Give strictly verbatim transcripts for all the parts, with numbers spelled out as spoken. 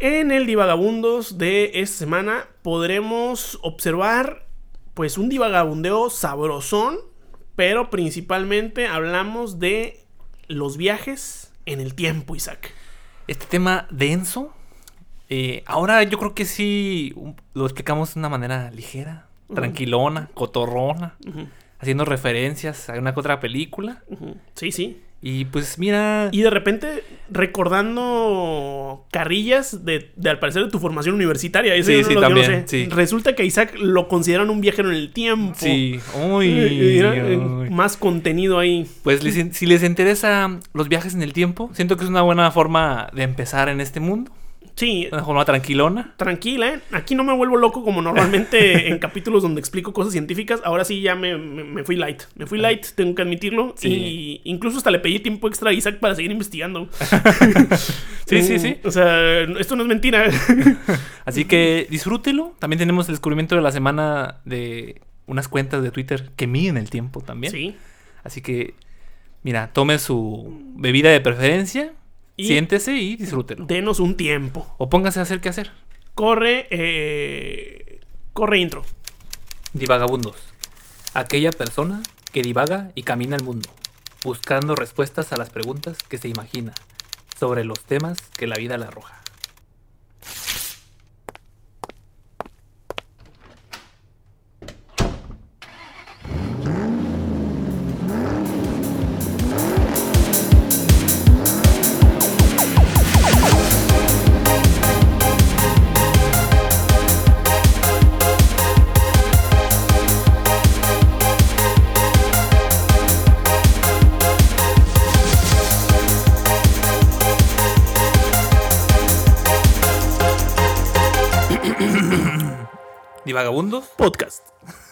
En el Divagabundos de esta semana podremos observar pues un divagabundeo sabrosón, pero principalmente hablamos de los viajes en el tiempo, Isaac. Este tema denso, eh, ahora yo creo que sí lo explicamos de una manera ligera, uh-huh. tranquilona, cotorrona, uh-huh. haciendo referencias a una que otra película. Uh-huh. Sí, sí. Y pues mira... Y de repente recordando carrillas de, de al parecer de tu formación universitaria. Ese sí, no sí, lo, también. Yo no sé. Sí. Resulta que a Isaac lo consideran un viajero en el tiempo. Sí. Uy, Mira, uy. Más contenido ahí. Pues les, si les interesa los viajes en el tiempo, siento que es una buena forma de empezar en este mundo. Sí. Una forma tranquilona. Tranquila, ¿eh? Aquí no me vuelvo loco como normalmente en capítulos donde explico cosas científicas. Ahora sí ya me, me, me fui light. Me fui light, tengo que admitirlo. Sí. Y incluso hasta le pedí tiempo extra a Isaac para seguir investigando. sí, sí, sí. O sea, esto no es mentira. Así que disfrútelo. También tenemos el descubrimiento de la semana de unas cuentas de Twitter que miden el tiempo también. Sí. Así que, mira, tome su bebida de preferencia... Y siéntese y disfrútelo. Denos un tiempo. O póngase a hacer qué hacer. Corre, eh, corre intro. Divagabundos. Aquella persona que divaga y camina el mundo, buscando respuestas a las preguntas que se imagina sobre los temas que la vida le arroja. Divagabundos Podcast.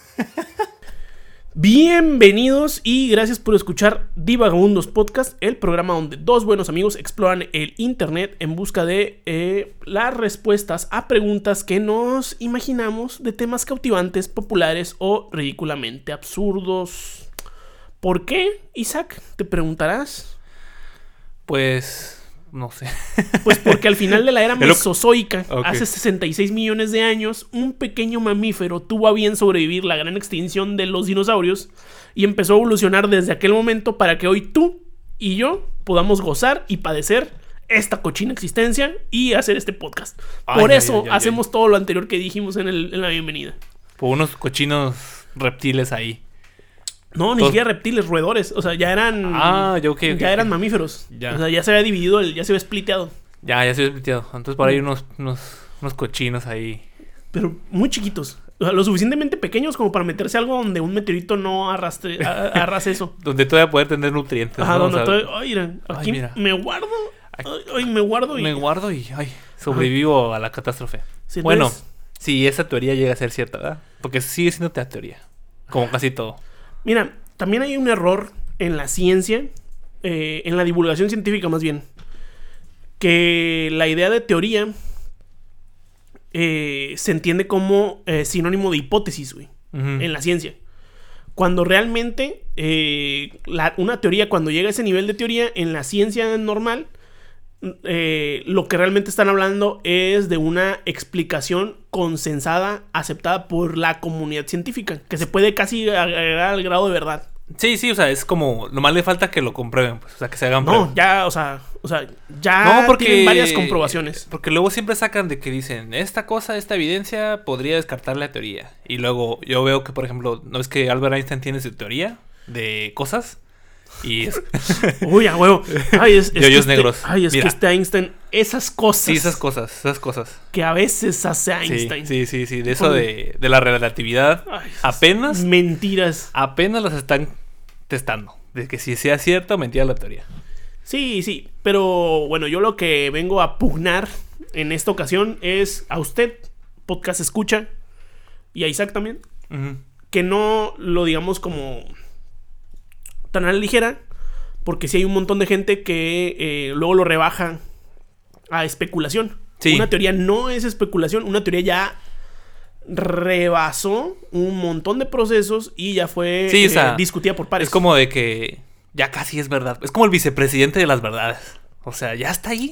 Bienvenidos y gracias por escuchar Divagabundos Podcast, el programa donde dos buenos amigos exploran el internet en busca de eh, las respuestas a preguntas que nos imaginamos de temas cautivantes, populares o ridículamente absurdos. ¿Por qué, Isaac? Te preguntarás. Pues... no sé. Pues porque al final de la era mesozoica, okay. hace sesenta y seis millones de años, un pequeño mamífero tuvo a bien sobrevivir la gran extinción de los dinosaurios y empezó a evolucionar desde aquel momento para que hoy tú y yo podamos gozar y padecer esta cochina existencia y hacer este podcast. Ay, Por ay, eso ay, ay, hacemos ay. todo lo anterior que dijimos en, el, en la bienvenida. Por unos cochinos reptiles ahí. No, ni Todos... siquiera reptiles, roedores. O sea, ya eran. Ah, yo okay, okay, Ya okay. eran mamíferos. Ya. O sea, ya se había dividido, el, ya se había spliteado. Ya, ya se había spliteado. Entonces por ahí unos, unos, unos cochinos ahí. Pero muy chiquitos. O sea, lo suficientemente pequeños como para meterse algo donde un meteorito no arrastre, a, arrase eso. Donde todavía poder tener nutrientes. Ajá, ¿no? donde o sea, todavía. Ay, mira, aquí ay, mira. me guardo. Ay, ay, me guardo y. Me guardo y ay, sobrevivo ay. a la catástrofe. Sí, bueno, entonces... si esa teoría llega a ser cierta, ¿verdad? Porque sigue siendo una teoría. Como casi todo. Mira, también hay un error en la ciencia, eh, en la divulgación científica más bien, que la idea de teoría eh, se entiende como eh, sinónimo de hipótesis, güey, uh-huh. en la ciencia. Cuando realmente eh, la, una teoría, cuando llega a ese nivel de teoría, en la ciencia normal, eh, lo que realmente están hablando es de una explicación consensada, aceptada por la comunidad científica, que se puede casi agregar al grado de verdad. Sí, sí, o sea, es como, nomás le falta que lo comprueben, pues, o sea, que se hagan No, pruebas. ya, o sea, o sea, ya no, porque, tienen varias comprobaciones. Porque luego siempre sacan de que dicen, esta cosa, esta evidencia podría descartar la teoría. Y luego yo veo que, por ejemplo, ¿no es que Albert Einstein tiene su teoría de cosas? Y es... Uy, a huevo. Ay, es, es Yoyos que este, negros. Ay, es Mira. que este Einstein, esas cosas. Sí, esas cosas, esas cosas. Que a veces hace Einstein. Sí, sí, sí, sí. De eso de, de la relatividad. Ay, apenas. Mentiras. Apenas las están testando. De que si sea cierta o mentira la teoría. Sí, sí. Pero bueno, yo lo que vengo a pugnar en esta ocasión es a usted, podcast escucha, y a Isaac también, uh-huh. que no lo digamos como tan a la ligera, porque sí hay un montón de gente que eh, luego lo rebaja a especulación. Sí. Una teoría no es especulación, una teoría ya rebasó un montón de procesos y ya fue sí, eh, o sea, discutida por pares. Es como de que ya casi es verdad. Es como el vicepresidente de las verdades. O sea, ya está ahí.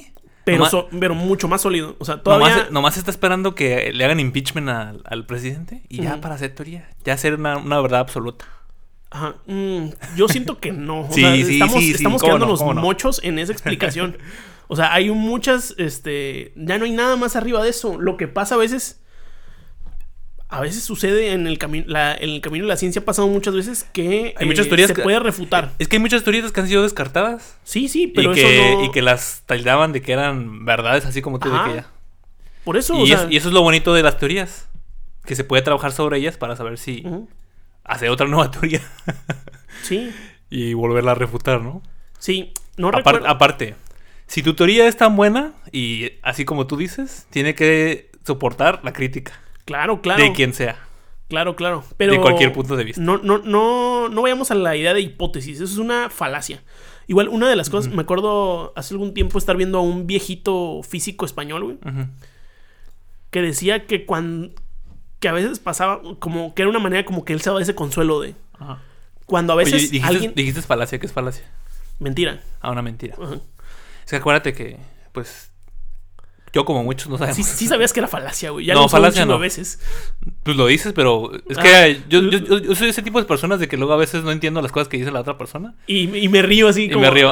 Pero, nomás, so, pero mucho más sólido. O sea, todavía... Nomás, nomás está esperando que le hagan impeachment al, al presidente y ya uh-huh. para hacer teoría. Ya hacer una, una verdad absoluta. Ajá. Mm, yo siento que no. O sí, sea, sí, estamos, sí, estamos sí. quedándonos no, no? mochos en esa explicación. O sea, hay muchas... este Ya no hay nada más arriba de eso. Lo que pasa a veces... A veces sucede en el, cami- la, en el camino de la ciencia. Ha pasado muchas veces que hay eh, muchas teorías se que, puede refutar. Es que hay muchas teorías que han sido descartadas. Sí, sí, pero y eso que, no... Y que las tildaban de que eran verdades, así como tú de que ya. Por eso, y, o sea... es, y eso es lo bonito de las teorías. Que se puede trabajar sobre ellas para saber si uh-huh. hacer otra nueva teoría. Sí. Y volverla a refutar, ¿no? Sí, no Apar- recuerdo... Aparte, si tu teoría es tan buena y así como tú dices, tiene que soportar la crítica. Claro, claro. De quien sea. Claro, claro. Pero de cualquier punto de vista. No, no, no, no vayamos a la idea de hipótesis. Eso es una falacia. Igual, una de las cosas, uh-huh. me acuerdo hace algún tiempo estar viendo a un viejito físico español, güey. Uh-huh. Que decía que cuando... Que a veces pasaba como... Que era una manera como que él se daba ese consuelo de... Uh-huh. Cuando a veces Oye, dijiste, alguien... Dijiste falacia. ¿Qué es falacia? Mentira. Ah, una mentira. Uh-huh. Es que acuérdate que, pues... Yo como muchos no sabemos. Sí, sí sabías que era falacia, güey. Ya no, lo falacia un no. veces. Pues lo dices, pero es ah, que yo, yo, yo, yo soy ese tipo de personas de que luego a veces no entiendo las cosas que dice la otra persona. Y, y me río así y como... Y me río.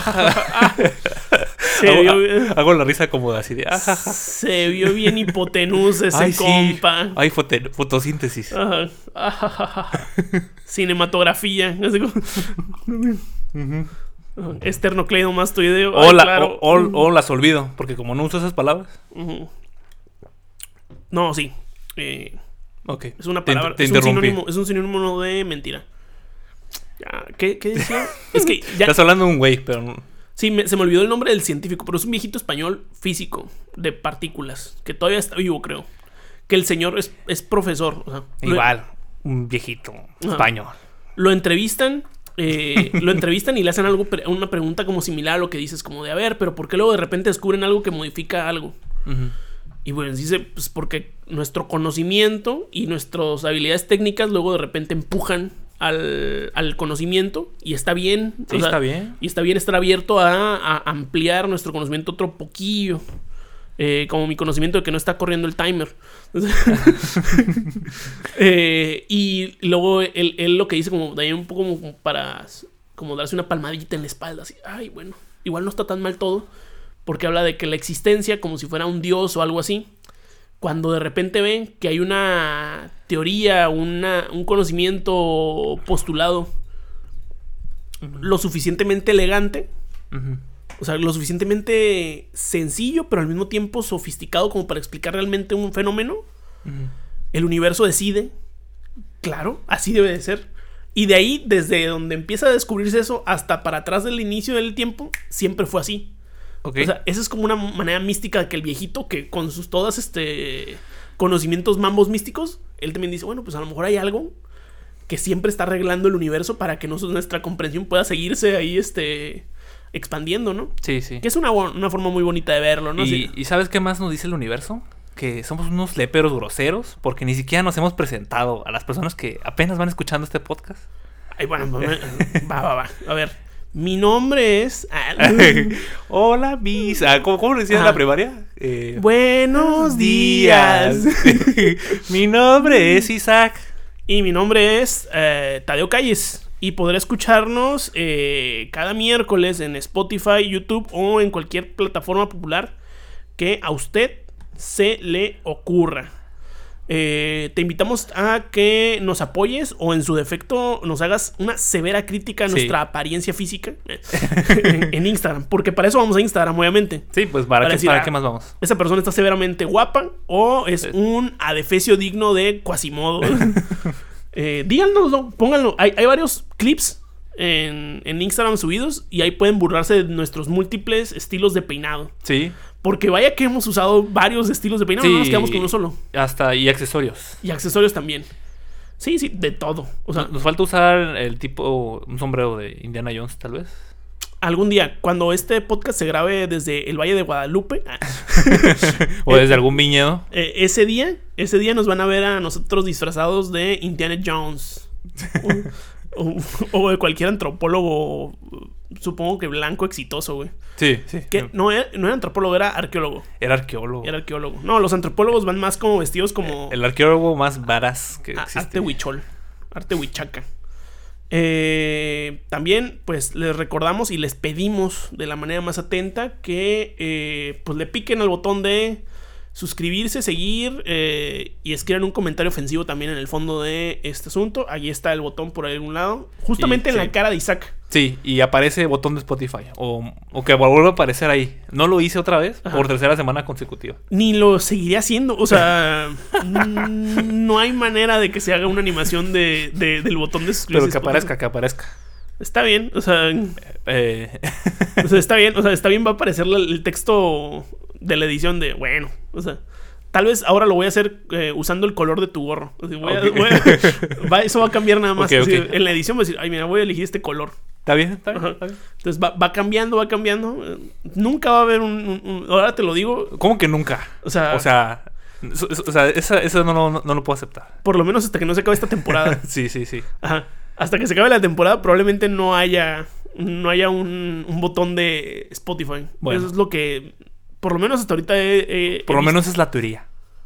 Se hago, vio, hago la risa como así de... Se vio bien hipotenusa ese Ay, compa. Sí. Hay fote, fotosíntesis. Ajá. Cinematografía. Así como... uh-huh. Esternocleidomastoideo. O, la, claro. o, o, o las olvido, porque como no uso esas palabras. Uh-huh. No, sí. Eh, ok. Es una palabra. Te, te es, un sinónimo, es un sinónimo de mentira. Ya, ¿qué, ¿Qué decía? Es que ya... Estás hablando de un güey, pero no. Sí, me, se me olvidó el nombre del científico, pero es un viejito español físico de partículas, que todavía está vivo, creo. Que el señor es, es profesor. O sea, Igual, lo, un viejito uh-huh. español. Lo entrevistan. Eh, lo entrevistan y le hacen algo, una pregunta como similar a lo que dices, como de a ver, pero ¿por qué luego de repente descubren algo que modifica algo? Uh-huh. Y bueno, dice, pues porque nuestro conocimiento y nuestras habilidades técnicas luego de repente empujan al, al conocimiento y está bien. Sí, o sea, está bien. Y está bien estar abierto a, a ampliar nuestro conocimiento otro poquillo. Eh, como mi conocimiento de que no está corriendo el timer. eh, y luego él, él lo que dice como de ahí un poco como para como darse una palmadita en la espalda, así, ay, bueno, igual no está tan mal todo, porque habla de que la existencia, como si fuera un dios o algo así, cuando de repente ven que hay una teoría, una, un conocimiento postulado uh-huh. lo suficientemente elegante, uh-huh. o sea, lo suficientemente sencillo, pero al mismo tiempo sofisticado como para explicar realmente un fenómeno, uh-huh. el universo decide, claro, así debe de ser. Y de ahí, desde donde empieza a descubrirse eso hasta para atrás del inicio del tiempo, siempre fue así. Okay. O sea, esa es como una manera mística de que el viejito, que con sus todas este conocimientos mambos místicos, él también dice, bueno, pues a lo mejor hay algo que siempre está arreglando el universo para que nosotros, nuestra comprensión pueda seguirse ahí este expandiendo, ¿no? Sí, sí. Que es una, una forma muy bonita de verlo, ¿no? ¿Y, sí. ¿Y sabes qué más nos dice el universo? Que somos unos léperos groseros porque ni siquiera nos hemos presentado a las personas que apenas van escuchando este podcast. Ay, bueno, va, va, va. A ver, mi nombre es... Hola, mis... ¿Cómo, cómo lo decías en la primaria? Eh... Buenos días. Mi nombre es Isaac. Y mi nombre es eh, Tadeo Calles. Y podrá escucharnos eh, cada miércoles en Spotify, YouTube o en cualquier plataforma popular que a usted se le ocurra. Eh, te invitamos a que nos apoyes o en su defecto nos hagas una severa crítica a sí. nuestra apariencia física en, en Instagram, porque para eso vamos a Instagram, obviamente. Sí, pues para, para, qué, decir, ¿para qué más vamos? Esa persona está severamente guapa o es sí. un adefesio digno de Quasimodo. eh, díganoslo, pónganlo. Hay, hay varios clips en, en Instagram subidos y ahí pueden burlarse de nuestros múltiples estilos de peinado. Sí. Porque vaya que hemos usado varios estilos de peinado, sí, no nos quedamos con uno solo. Hasta y accesorios. Y accesorios también. Sí, sí, de todo. O sea, nos falta usar el tipo, un sombrero de Indiana Jones, tal vez. Algún día, cuando este podcast se grabe desde el Valle de Guadalupe. o desde algún viñedo. Eh, ese día, ese día nos van a ver a nosotros disfrazados de Indiana Jones. o, o, o de cualquier antropólogo supongo que blanco exitoso, güey. Sí, sí. Que no era, no era antropólogo, era arqueólogo. Era arqueólogo. Era arqueólogo. No, los antropólogos van más como vestidos como... El arqueólogo más varaz que existe. Arte huichol. Arte huichaca. Eh, también, pues, les recordamos y les pedimos de la manera más atenta que, eh, pues, le piquen al botón de suscribirse, seguir eh, y escriban un comentario ofensivo también en el fondo de este asunto. Ahí está el botón por algún lado, justamente y, en sí. la cara de Isaac. Sí, y aparece botón de Spotify o, o que vuelva a aparecer ahí. No lo hice otra vez. Ajá. Por tercera semana consecutiva. Ni lo seguiré haciendo. O sea, no hay manera de que se haga una animación de, de, del botón de suscribirse. Pero que aparezca, que aparezca. Está bien, o sea, eh. o sea, está bien, o sea, está bien, va a aparecer la, el texto de la edición de, bueno, o sea, tal vez ahora lo voy a hacer eh, usando el color de tu gorro. O sea, voy okay. a, voy a, va, eso va a cambiar nada más. Okay, okay. En la edición voy a decir, ay, mira, voy a elegir este color. Está bien, está bien. Está bien. Entonces va, va cambiando, va cambiando. Nunca va a haber un, un, un... Ahora te lo digo. ¿Cómo que nunca? O sea... O sea... Eso, o sea, eso, eso no, no, no lo puedo aceptar. Por lo menos hasta que no se acabe esta temporada. Sí, sí, sí. Ajá. Hasta que se acabe la temporada probablemente no haya no haya un, un botón de Spotify. Bueno. Eso es lo que por lo menos hasta ahorita he, he, por lo he menos es la teoría.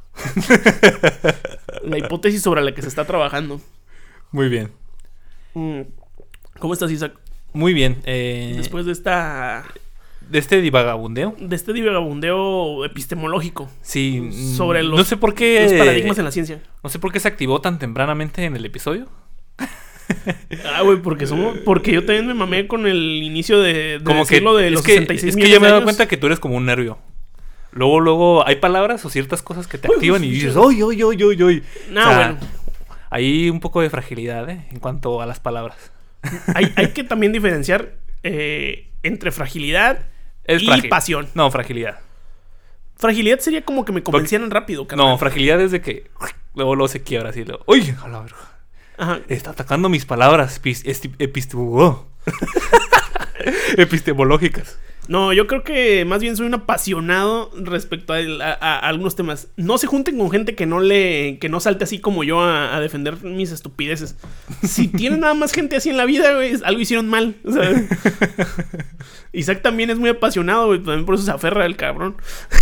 La hipótesis sobre la que se está trabajando. Muy bien. ¿Cómo estás, Isaac? Muy bien. Eh... Después de esta... De este divagabundeo. De este divagabundeo epistemológico. Sí. Sobre los, no sé por qué, los paradigmas en la ciencia. No sé por qué se activó tan tempranamente en el episodio. Ah, güey, porque somos, porque yo también me mamé con el inicio de, de como decirlo que, de los es que, sesenta y seis es que yo me he dado cuenta que tú eres como un nervio. Luego, luego hay palabras o ciertas cosas que te activan y dices, ¡oy, oy, oy, oy, oy! No, o sea, bueno. Hay un poco de fragilidad, ¿eh? En cuanto a las palabras. Hay, hay que también diferenciar eh, entre fragilidad es y frágil. pasión. No, fragilidad. Fragilidad sería como que me convencieran Porque, rápido, carnal. No, fragilidad es de que luego, luego se quiebra así. Luego, ¡uy! A la verga. Ajá. Está atacando mis palabras epistemológicas. Epistemológicas. No, yo creo que más bien soy un apasionado respecto a, a, a algunos temas. No se junten con gente que no le que no salte así como yo a, a defender mis estupideces. Si tienen nada más gente así en la vida, güey, algo hicieron mal. O sea, Isaac también es muy apasionado, güey, también por eso se aferra el cabrón.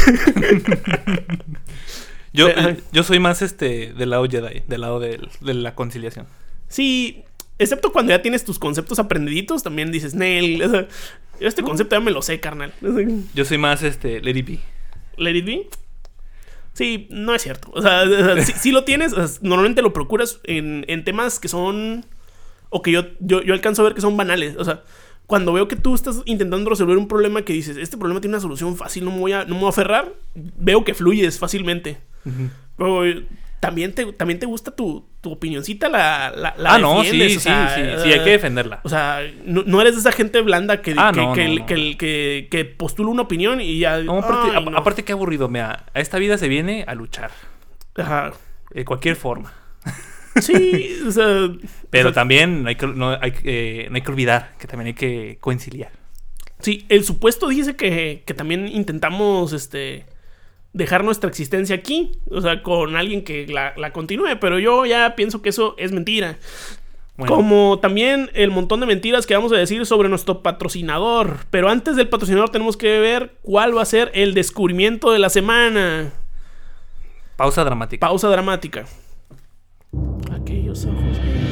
Yo, yo soy más este del lado Jedi, del lado de, de la conciliación. Sí, excepto cuando ya tienes tus conceptos aprendiditos, también dices, Nel, o sea, yo este concepto ya me lo sé, carnal. Yo soy más este, let it be. ¿Let it be? Sí, no es cierto. O sea, o sea si, si lo tienes, o sea, normalmente lo procuras en, en temas que son... O que yo, yo, yo alcanzo a ver que son banales. O sea, cuando veo que tú estás intentando resolver un problema que dices, este problema tiene una solución fácil, no me voy a, no me voy a aferrar, veo que fluyes fácilmente. Uh-huh. Pero también te, también te gusta tu, tu opinioncita, la, la, la ah, no, sí, sí, sea, sí, sí, sí, hay que defenderla. O sea, no, no eres de esa gente blanda que, ah, que, no, que, no, que, no. que, que, que postula una opinión y ya... No, aparte, ay, a, no. aparte qué aburrido, mira, a esta vida se viene a luchar. Ajá. De cualquier forma. Sí, o sea... Pero o sea, también hay que, no, hay, eh, no hay que olvidar que también hay que conciliar. Sí, el supuesto dice que, que también intentamos, este... dejar nuestra existencia aquí, o sea, con alguien que la, la continúe, pero yo ya pienso que eso es mentira. Bueno. Como también el montón de mentiras que vamos a decir sobre nuestro patrocinador. Pero antes del patrocinador tenemos que ver cuál va a ser el descubrimiento de la semana. Pausa dramática. Pausa dramática. Aquellos ojos.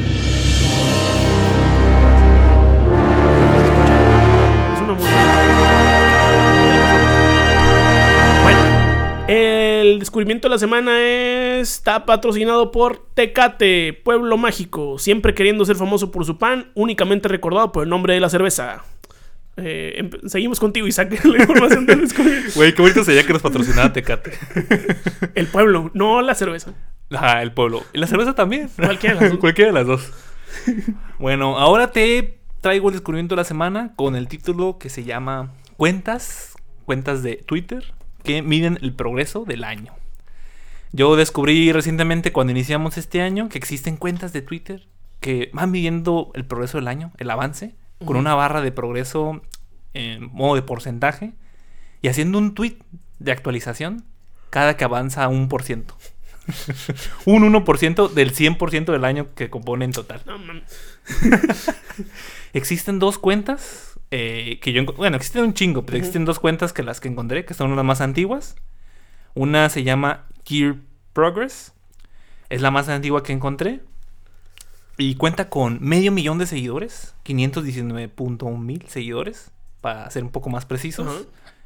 Es una música. Bueno, el descubrimiento de la semana está patrocinado por Tecate, pueblo mágico, siempre queriendo ser famoso por su pan, únicamente recordado por el nombre de la cerveza. Eh, em- seguimos contigo, Isaac, la información del descubrimiento. Güey, qué bonito sería que nos patrocinara Tecate. El pueblo, no la cerveza. Ah, el pueblo. Y la cerveza también. Cualquiera de las dos. Cualquiera de las dos. Bueno, ahora te traigo el descubrimiento de la semana con el título que se llama Cuentas, cuentas de Twitter que miden el progreso del año. Yo descubrí recientemente cuando iniciamos este año que existen cuentas de Twitter que van midiendo el progreso del año, el avance, uh-huh. con una barra de progreso en modo de porcentaje y haciendo un tweet de actualización cada que avanza un por ciento. Un uno por ciento del cien por ciento del año que compone en total. No, man. Existen dos cuentas Eh, que yo, bueno, existen un chingo, pero uh-huh. existen dos cuentas que las que encontré, que son las más antiguas. Una se llama Gear Progress. Es la más antigua que encontré. Y cuenta con medio millón de seguidores. quinientos diecinueve punto uno mil seguidores. Para ser un poco más precisos. Uh-huh.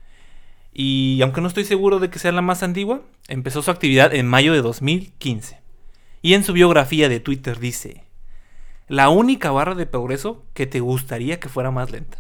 Y aunque no estoy seguro de que sea la más antigua, empezó su actividad en mayo de dos mil quince. Y en su biografía de Twitter dice: la única barra de progreso que te gustaría que fuera más lenta.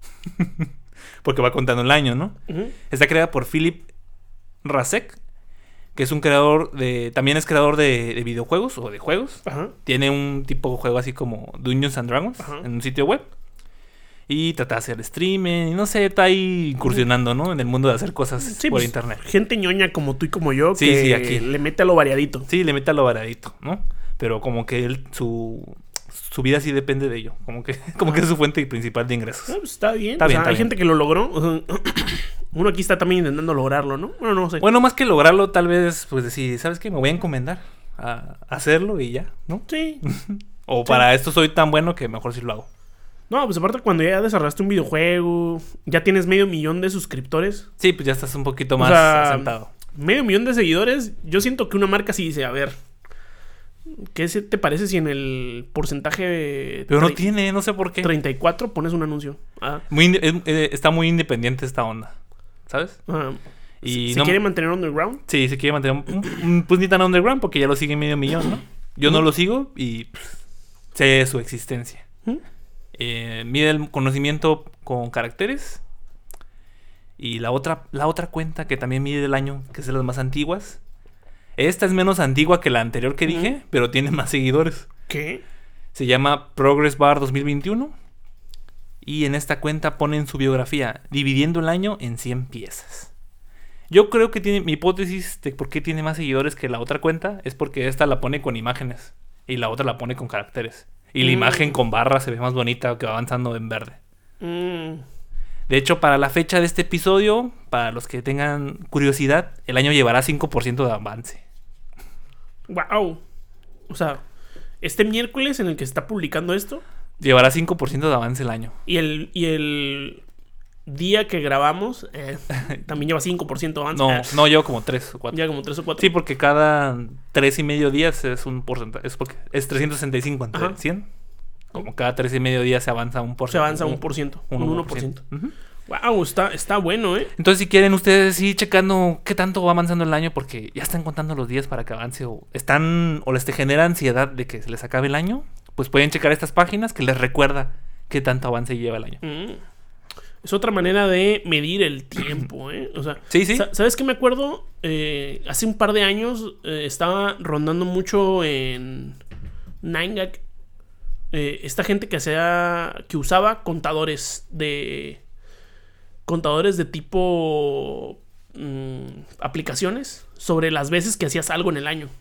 Porque va contando el año, ¿no? Uh-huh. Está creada por Philip Rasek, que es un creador de... También es creador de, de videojuegos o de juegos. Uh-huh. Tiene un tipo de juego así como Dungeons and Dragons uh-huh. en un sitio web. Y trata de hacer streaming. Y no sé, está ahí incursionando, ¿no? En el mundo de hacer cosas sí, por pues, internet. Gente ñoña como tú y como yo sí, que sí, aquí. le mete a lo variadito. Sí, le mete a lo variadito, ¿no? Pero como que él, su... Su vida sí depende de ello. Como que, como que es su fuente principal de ingresos. Ah, pues está bien. Está o bien sea, está hay bien. gente que lo logró. O sea, uno aquí está también intentando lograrlo, ¿no? Bueno, no sé. Bueno, más que lograrlo, tal vez, pues decir, ¿sabes qué? Me voy a encomendar a hacerlo y ya, ¿no? Sí. O para sí. Esto soy tan bueno que mejor sí lo hago. No, pues aparte cuando ya desarrollaste un videojuego, ya tienes medio millón de suscriptores. Sí, pues ya estás un poquito más o sea, asentado. Medio millón de seguidores. Yo siento que una marca sí dice, a ver... ¿Qué te parece si en el porcentaje... Pero no tiene, no sé por qué. treinta y cuatro pones un anuncio? Ah. Muy inde- eh, eh, está muy independiente esta onda, ¿sabes? Ah. Y ¿Se no, quiere mantener underground? Sí, se quiere mantener un, un, pues ni tan underground porque ya lo sigue medio millón, ¿no? Yo no lo sigo y pues, sé su existencia. ¿Mm? Eh, mide el conocimiento con caracteres. Y la otra, la otra cuenta que también mide el año, que es de las más antiguas... Esta es menos antigua que la anterior que dije, uh-huh. pero tiene más seguidores. ¿Qué? Se llama Progress Bar dos mil veintiuno. Y en esta cuenta pone en su biografía, dividiendo el año en cien piezas. Yo creo que tiene, mi hipótesis de por qué tiene más seguidores que la otra cuenta, es porque esta la pone con imágenes y la otra la pone con caracteres. Y mm. la imagen con barras se ve más bonita que va avanzando en verde. Mm. De hecho, para la fecha de este episodio, para los que tengan curiosidad, el año llevará cinco por ciento de avance. Wow. O sea, este miércoles en el que se está publicando esto llevará cinco por ciento de avance el año. Y el, y el día que grabamos eh, también lleva cinco por ciento de avance. No, ah. no, llevo como tres o cuatro. Ya como tres o cuatro. Sí, porque cada tres y medio días es un porcentaje. Es porque es trescientos sesenta y cinco entre Ajá. cien. Como cada tres y medio días se avanza un por ciento. Se avanza un por ciento. Un uno por ciento. Uh-huh. Wow, está, está bueno, ¿eh? Entonces, si quieren ustedes ir checando qué tanto va avanzando el año, porque ya están contando los días para que avance, o están o les te genera ansiedad de que se les acabe el año, pues pueden checar estas páginas que les recuerda qué tanto avance lleva el año. Mm. Es otra manera de medir el tiempo, ¿eh? O sea, sí, sí. ¿sabes qué me acuerdo? Eh, hace un par de años eh, estaba rondando mucho en nine gag eh, esta gente que hacía, que usaba contadores de contadores de tipo mmm, aplicaciones sobre las veces que hacías algo en el año.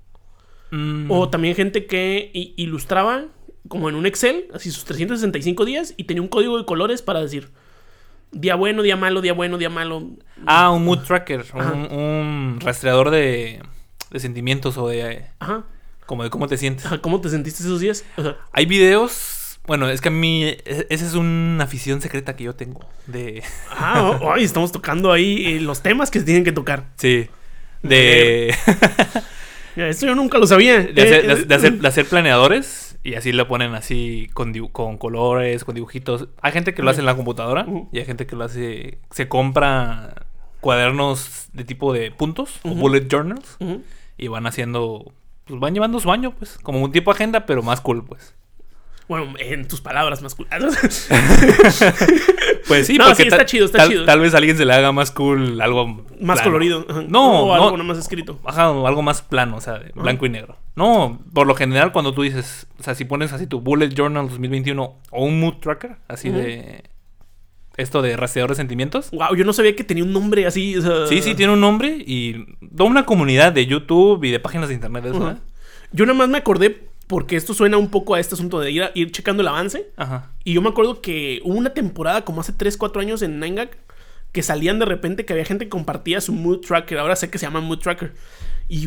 Mm. O también gente que i- ilustraba como en un Excel, así sus trescientos sesenta y cinco días, y tenía un código de colores para decir día bueno, día malo, día bueno, día malo. Ah, un mood tracker, un, un rastreador de, de sentimientos o de... Ajá. Como de cómo te sientes. Ajá, ¿cómo te sentiste esos días? O sea, hay videos... Bueno, es que a mí... Esa es una afición secreta que yo tengo. De... Ah, oh, oh, estamos tocando ahí eh, los temas que se tienen que tocar. Sí. De... Mira, esto yo nunca lo sabía. De hacer, de, de hacer, de hacer planeadores. Y así lo ponen así con, dibu- con colores, con dibujitos. Hay gente que lo hace en la computadora. Uh-huh. Y hay gente que lo hace... Se compra cuadernos de tipo de puntos. Uh-huh. O bullet journals. Uh-huh. Y van haciendo... Pues van llevando su año, pues. Como un tipo agenda, pero más cool, pues. Bueno, en tus palabras más cool. Pues sí, no, porque sí, está tal, chido, está tal, chido. Tal vez a alguien se le haga más cool algo más plano. colorido. Ajá. No, o no, algo más escrito. Ajá, algo más plano, o sea, de blanco uh-huh. y negro. No, por lo general cuando tú dices, o sea, si pones así tu Bullet Journal dos mil veintiuno o un Mood Tracker, así uh-huh. de... Esto de rastreador de sentimientos. Wow, yo no sabía que tenía un nombre así. O sea... Sí, sí, tiene un nombre y toda una comunidad de YouTube y de páginas de internet. ¿Eso, uh-huh. eh? Yo nada más me acordé porque esto suena un poco a este asunto de ir, a, ir checando el avance. Ajá. Y yo me acuerdo que hubo una temporada como hace tres, cuatro años en nine gag que salían de repente que había gente que compartía su Mood Tracker. Ahora sé que se llama Mood Tracker. Y, güey,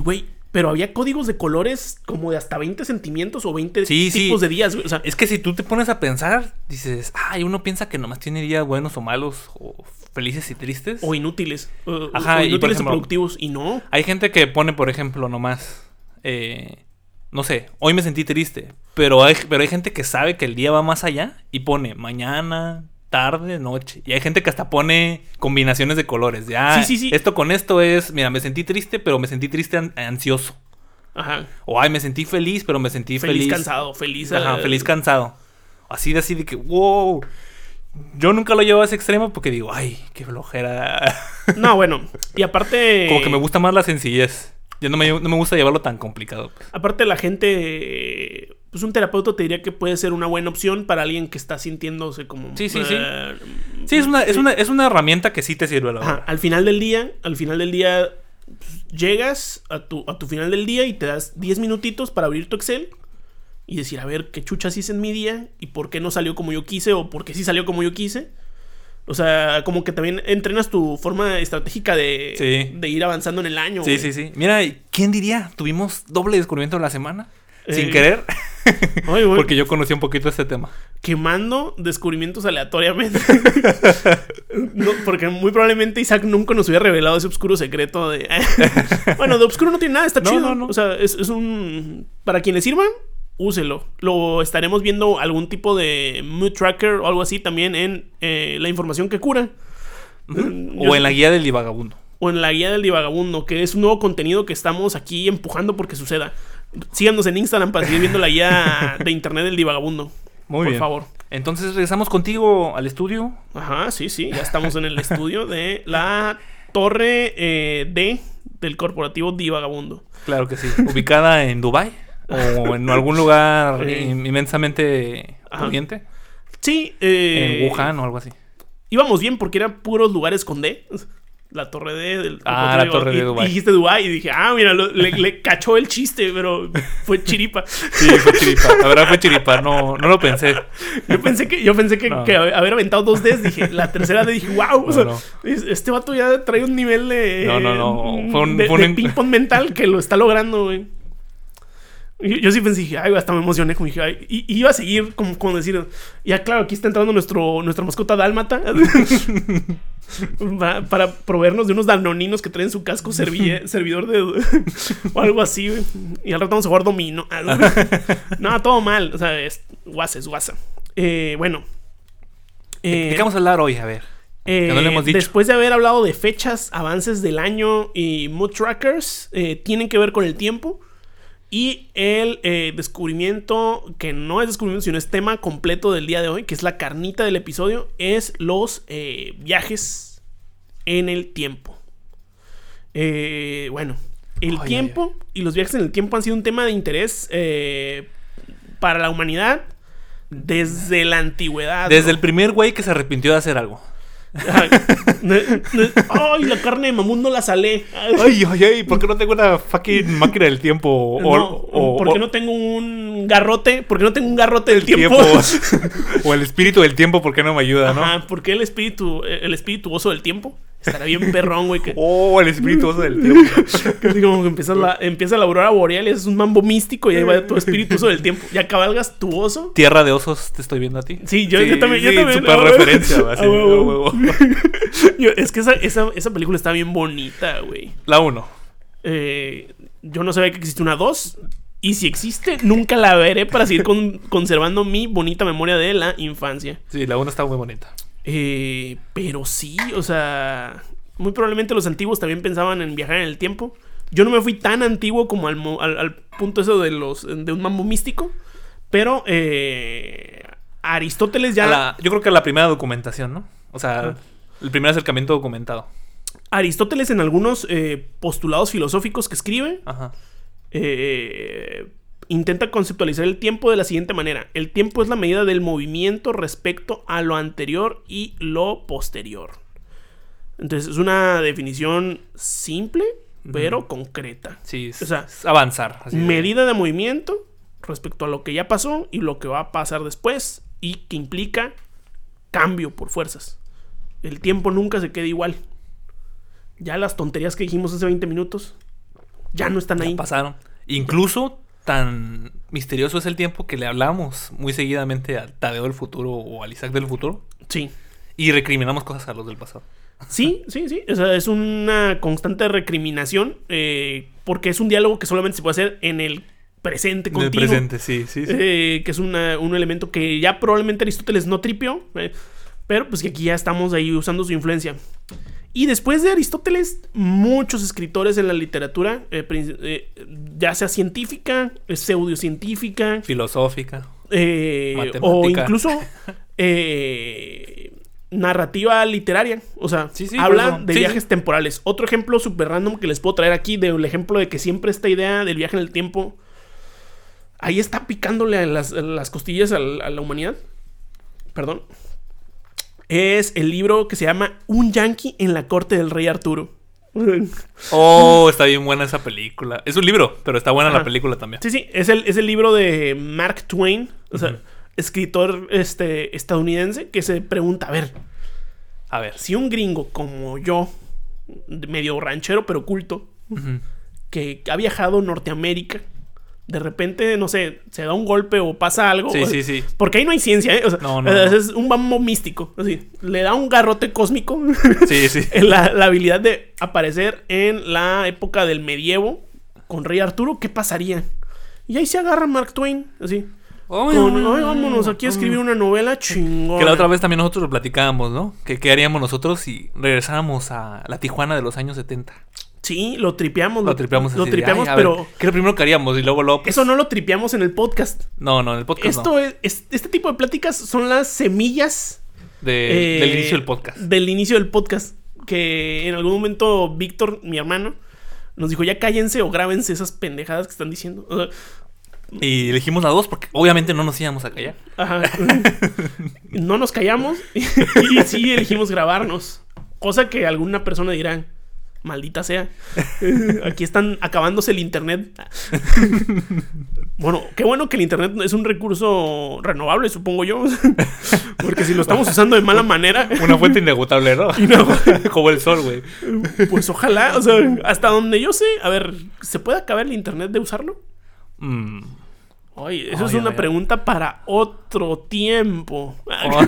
Pero había códigos de colores como de hasta veinte sentimientos o veinte sí, tipos sí. de días, güey. O sea, es que si tú te pones a pensar, dices, ay, uno piensa que nomás tiene días buenos o malos, o felices y tristes. O inútiles. O, Ajá, o inútiles y por ejemplo, o productivos. Y no. Hay gente que pone, por ejemplo, nomás, eh, no sé, hoy me sentí triste. Pero hay, pero hay gente que sabe que el día va más allá y pone mañana, tarde, noche. Y hay gente que hasta pone combinaciones de colores. De, ah, sí, sí, sí. Esto con esto es, mira, me sentí triste, pero me sentí triste an- ansioso. Ajá. O ay, me sentí feliz, pero me sentí feliz. Feliz cansado, feliz. Ajá, uh... feliz cansado. Así de así de que, wow. Yo nunca lo llevo a ese extremo porque digo, ay, qué flojera. No, bueno. Y aparte. Como que me gusta más la sencillez. Yo no me, no me gusta llevarlo tan complicado. Pues. Aparte, la gente. Pues un terapeuta te diría que puede ser una buena opción para alguien que está sintiéndose como. Sí, sí, uh, sí. Sí, es una, es, una, es una herramienta que sí te sirve a la Ajá, verdad. al final del día, al final del día. Pues, llegas a tu, a tu final del día y te das diez minutitos para abrir tu Excel y decir, a ver, qué chuchas hice en mi día y por qué no salió como yo quise o por qué sí salió como yo quise. O sea, como que también entrenas tu forma estratégica de, sí. de ir avanzando en el año. Sí, güey. sí, sí. Mira, ¿quién diría? Tuvimos doble descubrimiento de la semana. Eh, sin querer. Oye, güey, porque yo conocí un poquito este tema. Quemando descubrimientos aleatoriamente. No, porque muy probablemente Isaac nunca nos hubiera revelado ese oscuro secreto de... Bueno, de oscuro no tiene nada, está no, chido. No, no. O sea, es, es un... Para quien le sirva, úselo. Lo estaremos viendo algún tipo de mood tracker o algo así también en eh, la información que cura. Uh-huh. O en la guía del divagabundo. O en la guía del divagabundo, que es un nuevo contenido que estamos aquí empujando porque suceda. Síganos en Instagram para seguir viendo la guía de internet del divagabundo. Muy por bien. favor. Entonces regresamos contigo al estudio. Ajá, sí, sí. Ya estamos en el estudio de la Torre eh, D del corporativo Divagabundo. Claro que sí. Ubicada en Dubái o en algún lugar eh, inmensamente pudiente. Sí. Eh, en Wuhan o algo así. Íbamos bien porque eran puros lugares con D. La Torre D del Ah, la Torre y, de Dubái. Y dijiste Dubái y dije, ah, mira, lo, le, le cachó el chiste, pero fue chiripa. Sí, fue chiripa. La verdad fue chiripa. No, no lo pensé. Yo pensé que, yo pensé que, no. que haber aventado dos Ds, dije, la tercera D dije, wow, no, o sea, no. este vato ya trae un nivel de. No, no, no. Fue un, de, fue un... de ping-pong mental que lo está logrando, güey. Yo, yo sí pensé, dije, ay, hasta me emocioné, como dije, ay, y, y iba a seguir, como, como decir, ya claro, aquí está entrando nuestro, nuestra mascota dálmata. para, para proveernos de unos danoninos que traen su casco servi- servidor de o algo así, güey. Y al rato vamos a jugar dominó. No, todo mal. O sea, es guasa, es guasa. Eh, bueno. Eh, ¿De qué vamos a hablar hoy? A ver. Eh, que no le hemos dicho. Después de haber hablado de fechas, avances del año y mood trackers, eh, tienen que ver con el tiempo. Y el eh, descubrimiento, que no es descubrimiento, sino es tema completo del día de hoy, que es la carnita del episodio, es los eh, viajes en el tiempo. Eh, bueno, el ay, tiempo ay, ay. y los viajes en el tiempo han sido un tema de interés eh, para la humanidad desde la antigüedad. Desde ¿no? el primer güey que se arrepintió de hacer algo. Ay, ay, la carne de mamut no la salé. Ay, ay, ay, ¿por qué no tengo una fucking máquina del tiempo? O, No, o, ¿por qué o, no tengo un garrote? ¿Por qué no tengo un garrote del tiempo? tiempo. O el espíritu del tiempo, ¿por qué no me ayuda, no? Ajá, ¿por qué el espíritu, el espirituoso del tiempo? Estará bien perrón, güey. Que, Oh, el espirituoso del tiempo. que así como que empieza la, empieza la aurora boreal y es un mambo místico y ahí va tu espirituoso del tiempo. Ya cabalgas tu oso. Tierra de osos, te estoy viendo a ti. Sí, yo, sí, yo también. Sí, yo también super ah, referencia, así, ah, huevo. huevo. Yo, es que esa, esa, esa película está bien bonita, güey. La uno. Eh, yo no sabía que existe una dos. Y si existe, nunca la veré para seguir con, conservando mi bonita memoria de la infancia. Sí, la uno está muy bonita. Eh, pero sí, o sea, muy probablemente los antiguos también pensaban en viajar en el tiempo. Yo no me fui tan antiguo como al, al, al punto eso de los de un mambo místico. Pero eh, Aristóteles ya... La, yo creo que la primera documentación, ¿no? O sea, ah. el primer acercamiento documentado. Aristóteles en algunos eh, postulados filosóficos que escribe... Ajá. Eh, intenta conceptualizar el tiempo de la siguiente manera. El tiempo es la medida del movimiento respecto a lo anterior y lo posterior. Entonces es una definición simple, uh-huh. pero concreta. Sí, es, o sea, es avanzar. Así medida de... de movimiento respecto a lo que ya pasó y lo que va a pasar después y que implica cambio por fuerzas. El tiempo nunca se queda igual. Ya las tonterías que dijimos hace veinte minutos ya no están ya ahí. pasaron. Incluso tan misterioso es el tiempo que le hablamos muy seguidamente al Tadeo del futuro o al Isaac del futuro. Sí. Y recriminamos cosas a los del pasado. Sí, sí, sí. O sea, es una constante recriminación eh, porque es un diálogo que solamente se puede hacer en el presente continuo. En el presente, sí, sí. sí. Eh, que es una, un elemento que ya probablemente Aristóteles no tripió, eh, pero pues que aquí ya estamos ahí usando su influencia. Y después de Aristóteles, muchos escritores en la literatura, eh, eh, ya sea científica, pseudocientífica, filosófica, eh, matemática, o incluso eh, narrativa literaria. O sea, sí, sí, hablan de sí, viajes sí. temporales. Otro ejemplo súper random que les puedo traer aquí, del ejemplo de que siempre esta idea del viaje en el tiempo ahí está picándole a las, a las costillas a la, a la humanidad. Perdón. Es el libro que se llama Un Yankee en la corte del rey Arturo. Oh, está bien buena esa película. Es un libro, pero está buena Ajá. la película también. Sí, sí, es el, es el libro de Mark Twain, o sea, uh-huh. escritor este, estadounidense, que se pregunta, a ver, a ver, si un gringo como yo, medio ranchero pero culto, uh-huh. que ha viajado a Norteamérica, de repente, no sé, se da un golpe o pasa algo. Sí, o, sí, sí. Porque ahí no hay ciencia, ¿eh? O sea, no, no, es no. un bambo místico. Así, le da un garrote cósmico. Sí, sí. la, la habilidad de aparecer en la época del medievo con Rey Arturo. ¿Qué pasaría? Y ahí se agarra Mark Twain, así. Oh, con, ay, vámonos aquí a escribir una novela chingona. Que la otra vez también nosotros lo platicábamos, ¿no? Que qué haríamos nosotros si regresáramos a la Tijuana de los años setenta. Sí, lo tripeamos. Lo tripeamos Lo así tripeamos, de, ay, pero... ver, ¿qué es lo primero que haríamos? Y luego, luego pues... Eso no lo tripeamos en el podcast. No, no, en el podcast Esto no. es, es... Este tipo de pláticas son las semillas... De, eh, del inicio del podcast. Del inicio del podcast. Que en algún momento Víctor, mi hermano, nos dijo, ya cállense o grábense esas pendejadas que están diciendo. O sea, y elegimos a dos porque obviamente no nos íbamos a callar. Ajá. No nos callamos y sí elegimos grabarnos. Cosa que alguna persona dirá, maldita sea. Aquí están acabándose el internet. Bueno, qué bueno que el internet es un recurso renovable, supongo yo. Porque si lo estamos usando de mala manera... Una fuente inagotable, ¿no? Inagotable. Como el sol, güey. Pues ojalá, o sea, hasta donde yo sé. A ver, ¿se puede acabar el internet de usarlo? Mm. Oye, eso oh, es ya, una ya. pregunta para otro tiempo. Oh.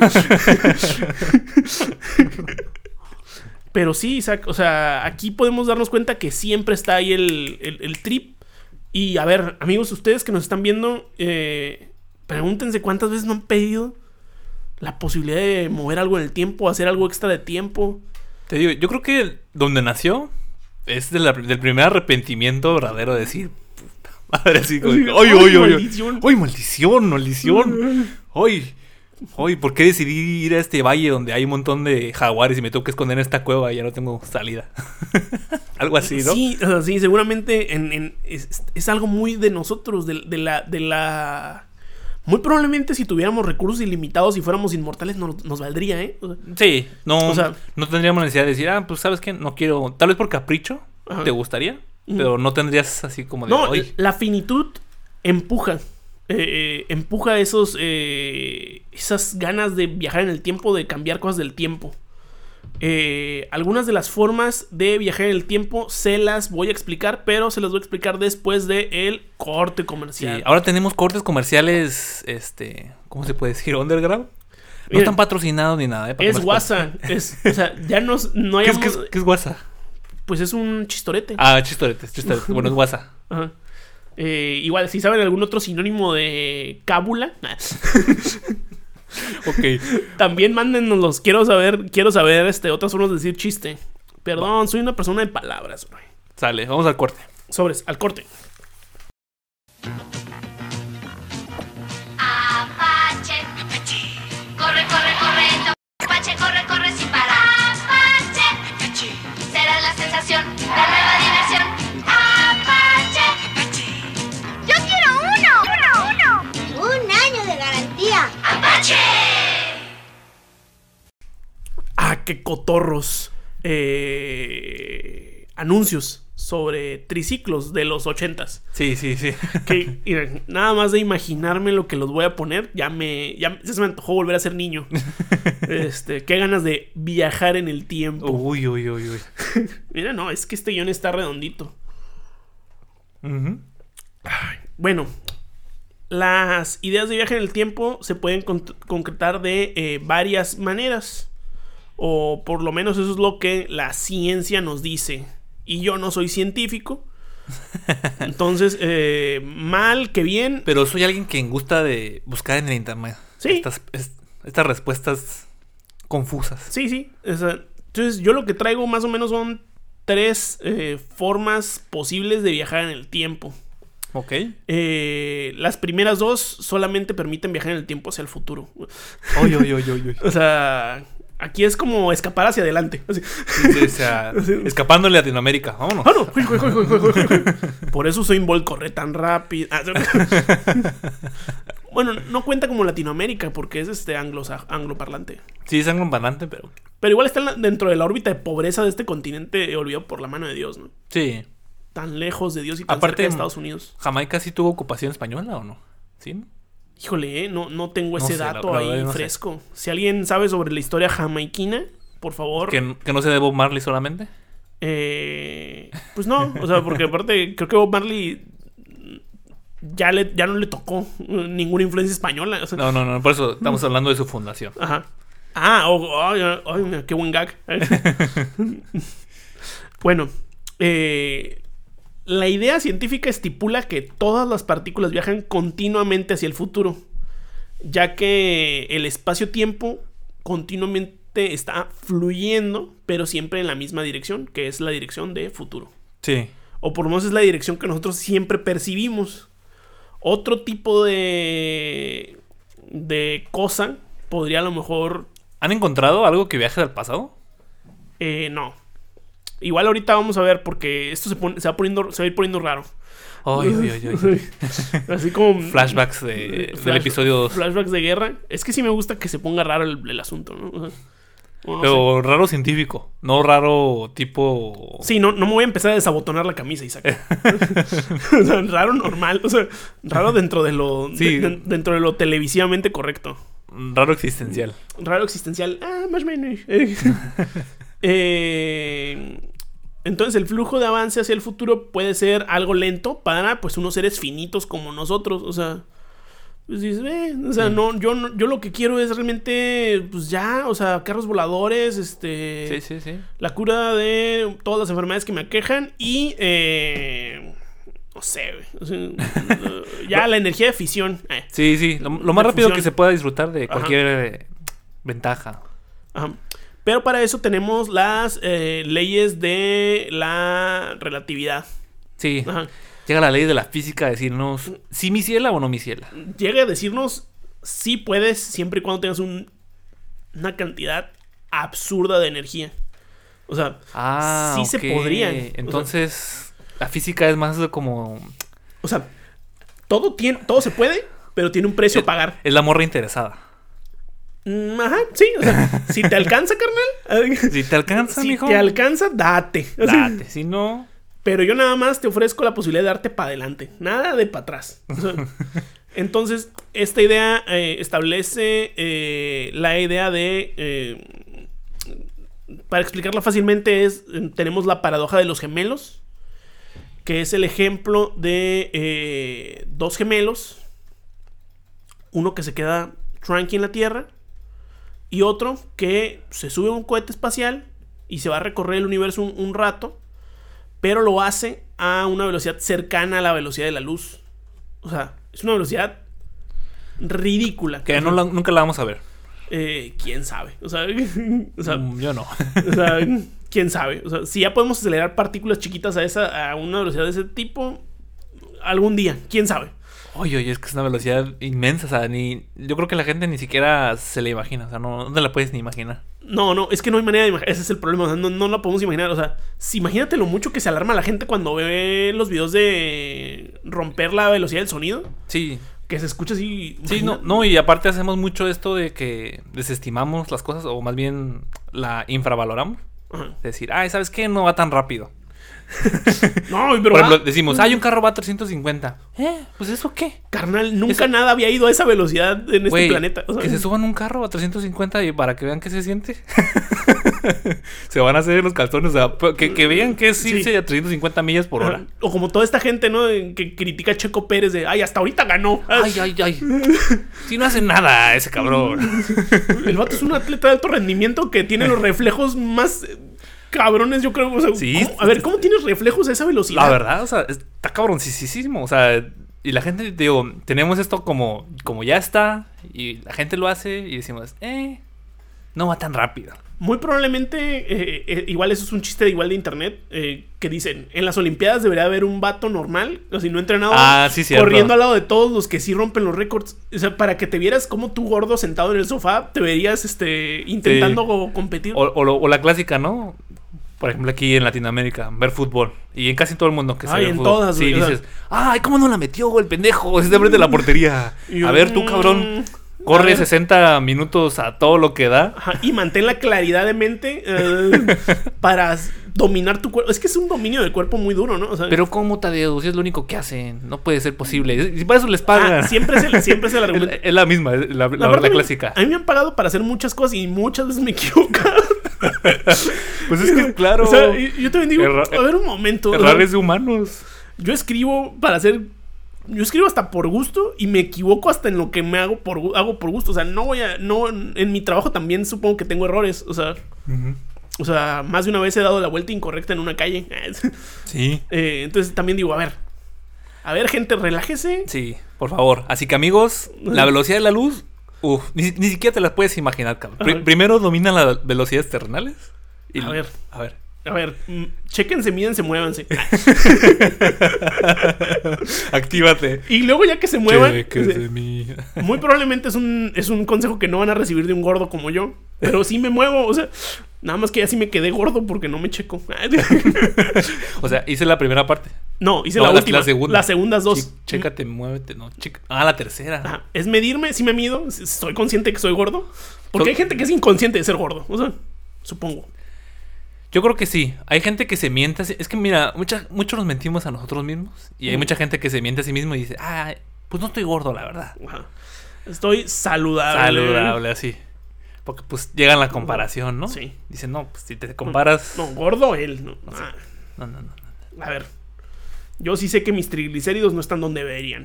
Pero sí, Isaac, o sea, aquí podemos darnos cuenta que siempre está ahí el, el, el trip. Y a ver, amigos, ustedes que nos están viendo, eh, pregúntense cuántas veces no han pedido la posibilidad de mover algo en el tiempo, hacer algo extra de tiempo. Te digo, yo creo que donde nació es de la, del primer arrepentimiento verdadero de decir, puta madre, así como, ¡ay, ay, ay! maldición! ¡Ay, maldición, maldición! ¡Ay! Hoy, ¿por qué decidí ir a este valle donde hay un montón de jaguares y me tengo que esconder en esta cueva y ya no tengo salida? Algo así, ¿no? Sí, o sea, sí, seguramente en, en, es, es algo muy de nosotros, de, de la... de la... Muy probablemente si tuviéramos recursos ilimitados y fuéramos inmortales nos, nos valdría, ¿eh? O sea, sí, no, o sea, no tendríamos necesidad de decir, ah, pues ¿sabes qué? No quiero, tal vez por capricho, ajá. te gustaría, uh-huh. pero no tendrías así como de... No, Oye. la finitud empuja. Eh, empuja esos eh, esas ganas de viajar en el tiempo, de cambiar cosas del tiempo. Eh, algunas de las formas de viajar en el tiempo se las voy a explicar, pero se las voy a explicar después del corte comercial. Sí, ahora tenemos cortes comerciales, este, ¿cómo se puede decir? Underground. No Miren, están patrocinados ni nada. ¿eh? Es WhatsApp. Es, o sea, ya nos, no hayamos... ¿Qué es, qué es, qué es WhatsApp? Pues es un chistorete. Ah, chistorete, chistorete. Bueno, es WhatsApp. Ajá. Eh, igual, si saben algún otro sinónimo de cábula, ok. También mándennos. Quiero saber, quiero saber este, otras formas de decir chiste. Perdón, soy una persona de palabras, bro. Sale, vamos al corte. Sobres, al corte. Apache, corre, corre, corre. Apache, corre, corre sin parar. Apache, será la sensación, la nueva diversión. Apache. Yo quiero uno, uno, uno. Un año de garantía. Apache. Ah, qué cotorros. Eh, anuncios sobre triciclos de los ochentas. Sí, sí, sí. Que miren, nada más de imaginarme lo que los voy a poner, ya me, ya, ya se me antojó volver a ser niño. Este, qué ganas de viajar en el tiempo. Uy, uy, uy, uy. Mira, no, es que este guión está redondito. Uh-huh. Bueno, las ideas de viaje en el tiempo se pueden con- concretar de eh, varias maneras. O por lo menos eso es lo que la ciencia nos dice. Y yo no soy científico. Entonces, eh, mal que bien. Pero soy alguien que gusta de buscar en el internet. Sí. Estas, es- estas respuestas confusas. Sí, sí. O sea, entonces, yo lo que traigo más o menos son tres eh, formas posibles de viajar en el tiempo. Ok. Eh, las primeras dos solamente permiten viajar en el tiempo hacia el futuro. Oy, oy, oy, oy, oy. O sea, aquí es como escapar hacia adelante. Así. Sí, sí, o sea, escapándole a Latinoamérica. Vámonos. Ah, no. Uy, uy, uy, uy, uy, uy. Por eso Usain Bolt corre tan rápido. Ah, bueno, no cuenta como Latinoamérica porque es este anglo, angloparlante. Sí, es angloparlante, pero... Pero igual está en la- dentro de la órbita de pobreza de este continente olvidado por la mano de Dios, ¿no? Sí. Tan lejos de Dios y tan Aparte, cerca de Estados Unidos. ¿Jamaica sí tuvo ocupación española o no? ¿Sí? Híjole, eh, no, no tengo No ese sé, la- dato la ahí verdad no sé. fresco. Si alguien sabe sobre la historia jamaiquina, por favor. ¿Que, que no sea de Bob Marley solamente? Eh, pues no, o sea, porque aparte creo que Bob Marley ya, le, ya no le tocó eh, ninguna influencia española. O sea, No, no, no, por eso estamos hablando de su fundación. Ajá. Ah, oh, ay, ay, mira, qué buen gag. Bueno, eh, la idea científica estipula que todas las partículas viajan continuamente hacia el futuro, ya que el espacio-tiempo continuamente está fluyendo, pero siempre en la misma dirección, que es la dirección de futuro. Sí. O por lo menos es la dirección que nosotros siempre percibimos. Otro tipo de, de cosa podría a lo mejor... ¿Han encontrado algo que viaje al pasado? Eh, no. Igual ahorita vamos a ver porque esto se, pone, se, va, poniendo, se va a ir poniendo raro. Ay, ay, ay, ay. Así como... Flashbacks de, Flash- del episodio dos. Flashbacks de guerra. Es que sí me gusta que se ponga raro el, el asunto, ¿no? O sea, o no Pero raro científico, no raro tipo... sé. Sí, no, no me voy a empezar a desabotonar la camisa, Isaac. O sea, raro normal. O sea, raro dentro de lo... Sí. de- de- dentro de lo televisivamente correcto. Raro existencial. Raro existencial. Ah, más o menos. eh, entonces el flujo de avance hacia el futuro puede ser algo lento para pues unos seres finitos como nosotros. O sea, pues dices, eh, o sea, Sí. no, yo no, yo lo que quiero es realmente, pues ya, o sea, carros voladores, este, Sí, sí, sí. la cura de todas las enfermedades que me aquejan y eh, no sé, güey, o sea, ya la energía de fisión. Eh. Sí, sí. Lo, lo más De rápido fusión. que se pueda disfrutar de Ajá. cualquier eh, ventaja. Ajá. Pero para eso tenemos las eh, leyes de la relatividad. Sí. Ajá. Llega la ley de la física a decirnos si mi ciela o no mi ciela. Llega a decirnos si puedes siempre y cuando tengas un, una cantidad absurda de energía. O sea, Ah, sí ok. se podrían. Entonces, la física es más como... O sea, todo, tiene, todo se puede, pero tiene un precio a pagar. Es la morra interesada. Mm, Ajá, sí. O sea, si te alcanza, carnal. Si te alcanza, Si mijo, te alcanza, date. O sea, date. Si no... Pero yo nada más te ofrezco la posibilidad de darte para adelante. Nada de para atrás. O sea, entonces, esta idea eh, establece eh, la idea de... Eh, para explicarla fácilmente es... eh, Tenemos la paradoja de los gemelos. Que es el ejemplo de eh, dos gemelos. Uno que se queda tranqui en la Tierra. Y otro que se sube a un cohete espacial. Y se va a recorrer el universo un, un rato. Pero lo hace a una velocidad cercana a la velocidad de la luz. O sea, es una velocidad ridícula. Que no la- nunca la vamos a ver. Eh, ¿Quién sabe? O sea, o sea, Mm, yo no. o sea, ¿quién sabe? O sea, si ya podemos acelerar partículas chiquitas a esa a una velocidad de ese tipo, algún día, ¿quién sabe? Oye, oye, es que es una velocidad inmensa. O sea, ni, yo creo que la gente ni siquiera se la imagina. O sea, no, no te la puedes ni imaginar. No, no, es que no hay manera de imaginar. Ese es el problema. O sea, no, no la podemos imaginar. O sea, si, imagínate lo mucho que se alarma la gente cuando ve los videos de romper la velocidad del sonido. Sí. Que se escucha así. Sí, no, no, y aparte hacemos mucho esto de que desestimamos las cosas, o más bien la infravaloramos. Ajá. Es decir, ay, ¿sabes qué? No va tan rápido. No, pero Por ejemplo, va- decimos, hay un carro va a trescientos cincuenta. ¿Eh? ¿Pues eso qué? carnal, nunca Eso- nada había ido a esa velocidad en este Güey, planeta. O sea, que se suban un carro a trescientos cincuenta y para que vean qué se siente. Se van a hacer los calzones. O sea, p- que, que vean qué es Sí. irse a trescientos cincuenta millas por hora. O como toda esta gente, ¿no? Que critica a Checo Pérez de, ay, hasta ahorita ganó. Ay, ay, ay. Si no hace nada ese cabrón. El vato es un atleta de alto rendimiento que tiene los reflejos más eh, cabrones, yo creo. O sea, Sí. ¿cómo- a ver, ¿cómo tienes reflejos a esa velocidad? La verdad, o sea, está cabroncísimo. O sea, y la gente, digo, tenemos esto como, como ya está. Y la gente lo hace y decimos, eh, no va tan rápido. Muy probablemente, eh, eh, igual eso es un chiste igual de internet, eh, que dicen, en las Olimpiadas debería haber un vato normal, o si no entrenado, Ah, sí, cierto. corriendo al lado de todos los que sí rompen los récords. O sea, para que te vieras como tú gordo sentado en el sofá, te verías este, intentando Sí. competir. O, o, lo- o la clásica, ¿no? Por ejemplo, aquí en Latinoamérica, ver fútbol. Y en casi todo el mundo que se Ay, ve en fútbol. todas, Sí, güey, o sea- dices, ay, ¿cómo no la metió el pendejo? Es de frente de la portería. Y yo, A ver, tú, mm, cabrón, a corre ver. sesenta minutos a todo lo que da. Ajá, y mantén la claridad de mente eh, para s- dominar tu cuerpo. Es que es un dominio del cuerpo muy duro, ¿no? O sea, Pero ¿cómo, Tadeo? Si es lo único que hacen. No puede ser posible. Y para eso les pagan. ah, siempre, es el, siempre es el es, argumento. es la misma, es la, la- la Aparte, a mí- clásica. A mí me han pagado para hacer muchas cosas y muchas veces me he equivocado. Pues es que, claro, O sea, y- yo también digo, Erra- a ver un momento. o sea, errores de humanos. yo escribo para hacer. Yo escribo hasta por gusto y me equivoco hasta en lo que me hago por, gu- hago por gusto. O sea, no voy a. No, en mi trabajo también supongo que tengo errores. O sea, Ujú. o sea, más de una vez he dado la vuelta incorrecta en una calle. Sí, Eh, entonces también digo, a ver. A ver, gente, relájese. sí, por favor. Así que, amigos, la velocidad de la luz, uf, ni, ni siquiera te las puedes imaginar, cabrón. Pri- Ajá. primero domina las velocidades terrenales. Y A ver. A ver. A ver, mm, chéquense, mídense, muévanse. Actívate. Y luego ya que se muevan, Chéquese mi- muy probablemente es un, es un consejo que no van a recibir de un gordo como yo. Pero sí me muevo, o sea, nada más que ya sí me quedé gordo porque no me checo. O sea, hice la primera parte. No, hice No, la, la- última. la segunda. Las segundas dos. Chi- chécate, muévete. No, chica. Ah, la tercera. Ajá, es medirme, sí me mido, s- soy consciente que soy gordo. Porque So- hay gente que es inconsciente de ser gordo, o sea, supongo. Yo creo que sí. Hay gente que se miente. así- Es que mira, mucha, muchos nos mentimos a nosotros mismos. Y hay Mm. mucha gente que se miente a sí mismo y dice, ah, pues no estoy gordo, la verdad. Ajá. Estoy saludable. Saludable, así. Porque pues llega la comparación, ¿no? Sí. Dicen, no, pues si te comparas. No, gordo él. No. Ah, No, no, no. no. a ver. Yo sí sé que mis triglicéridos no están donde deberían.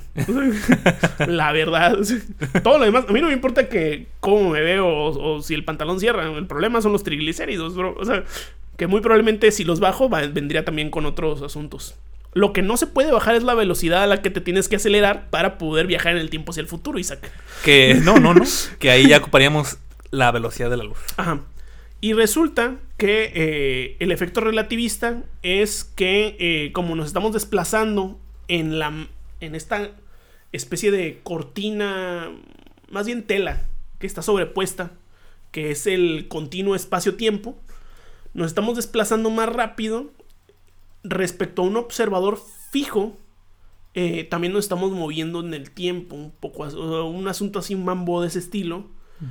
La verdad. Todo lo demás. A mí no me importa que cómo me veo o, o si el pantalón cierra. El problema son los triglicéridos, bro. O sea, que muy probablemente si los bajo va- vendría también con otros asuntos. Lo que no se puede bajar es la velocidad a la que te tienes que acelerar para poder viajar en el tiempo hacia el futuro, Isaac. Que no, no, no. Que ahí ya ocuparíamos la velocidad de la luz. Ajá. Y resulta que eh, el efecto relativista es que eh, como nos estamos desplazando en, la, en esta especie de cortina, más bien tela, que está sobrepuesta, que es el continuo espacio-tiempo, nos estamos desplazando más rápido respecto a un observador fijo. Eh, también nos estamos moviendo en el tiempo, un poco, o sea, un asunto así, un mambo de ese estilo.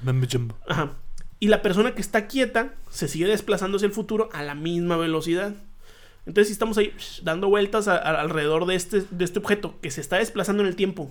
Ajá. Y la persona que está quieta se sigue desplazando hacia el futuro a la misma velocidad. Entonces, si estamos ahí psh, dando vueltas a, a, alrededor de este, de este objeto que se está desplazando en el tiempo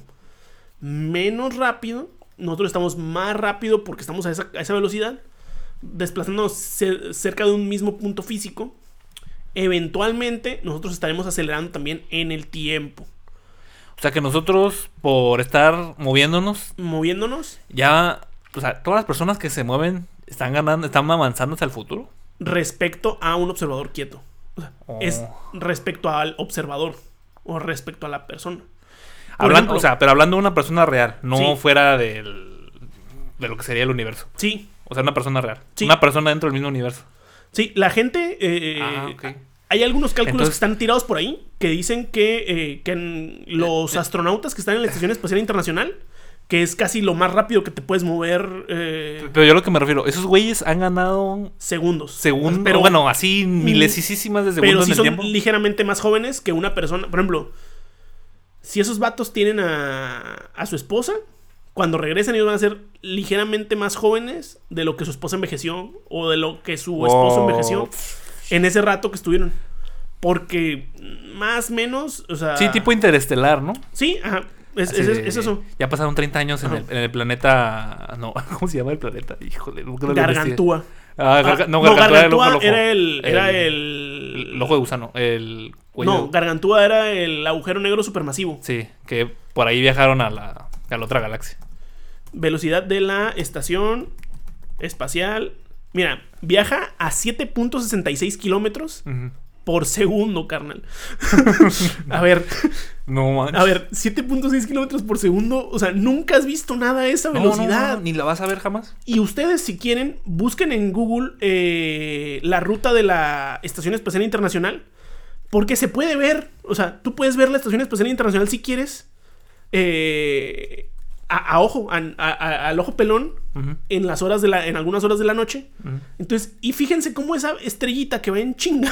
menos rápido, nosotros estamos más rápido porque estamos a esa, a esa velocidad, desplazándonos cer- cerca de un mismo punto físico. Eventualmente, nosotros estaremos acelerando también en el tiempo. O sea que nosotros, por estar moviéndonos, Moviéndonos ya. O sea, todas las personas que se mueven están ganando, están avanzando hacia el futuro. respecto a un observador quieto. O sea, Oh. es respecto al observador o respecto a la persona. Por Hablando, ejemplo, o sea, pero hablando de una persona real, no Sí. fuera del, de lo que sería el universo. sí, O sea, una persona real. Sí. Una persona dentro del mismo universo. sí, la gente... eh, Ah, ok. Hay algunos cálculos Entonces- que están tirados por ahí que dicen que, eh, que en los astronautas que están en la Estación Espacial Internacional, que es casi lo más rápido que te puedes mover eh, Pero yo a lo que me refiero, esos güeyes han ganado segundos. según, pero, bueno, así milesísimas de pero segundos sí en el son tiempo. ligeramente más jóvenes que una persona. Por ejemplo, si esos vatos tienen a, a su esposa, cuando regresan ellos van a ser ligeramente más jóvenes de lo que su esposa envejeció o de lo que su esposo Wow. envejeció en ese rato que estuvieron. Porque más o menos, o sea... Sí, tipo interestelar, ¿no? Sí, ajá. Es, Así es, de- es eso. Ya pasaron treinta años en el, en el planeta... No, ¿cómo se llama el planeta? Híjole. ¿por qué no lo investigué? Gargantúa. Ah, Garga- Ah, no, Gargantúa era el ojo al ojo. era el... Era El- el... El ojo de gusano. El cuello. No, Gargantúa era el agujero negro supermasivo. Sí, que por ahí viajaron a la, a la otra galaxia. Velocidad de la estación espacial. Mira, viaja a siete punto sesenta y seis kilómetros Ujú. por segundo, carnal. A ver, No manches. a ver, siete punto seis kilómetros por segundo. O sea, nunca has visto nada a esa No, velocidad. no, no, ni la vas a ver jamás. Y ustedes, si quieren, busquen en Google eh, la ruta de la Estación Espacial Internacional. Porque se puede ver. O sea, tú puedes ver la Estación Espacial Internacional si quieres. Eh, a, a ojo, a- a- a- al ojo pelón. Ujú. En las horas de la, en algunas horas de la noche. Ujú. Entonces, y fíjense cómo esa estrellita que va en chinga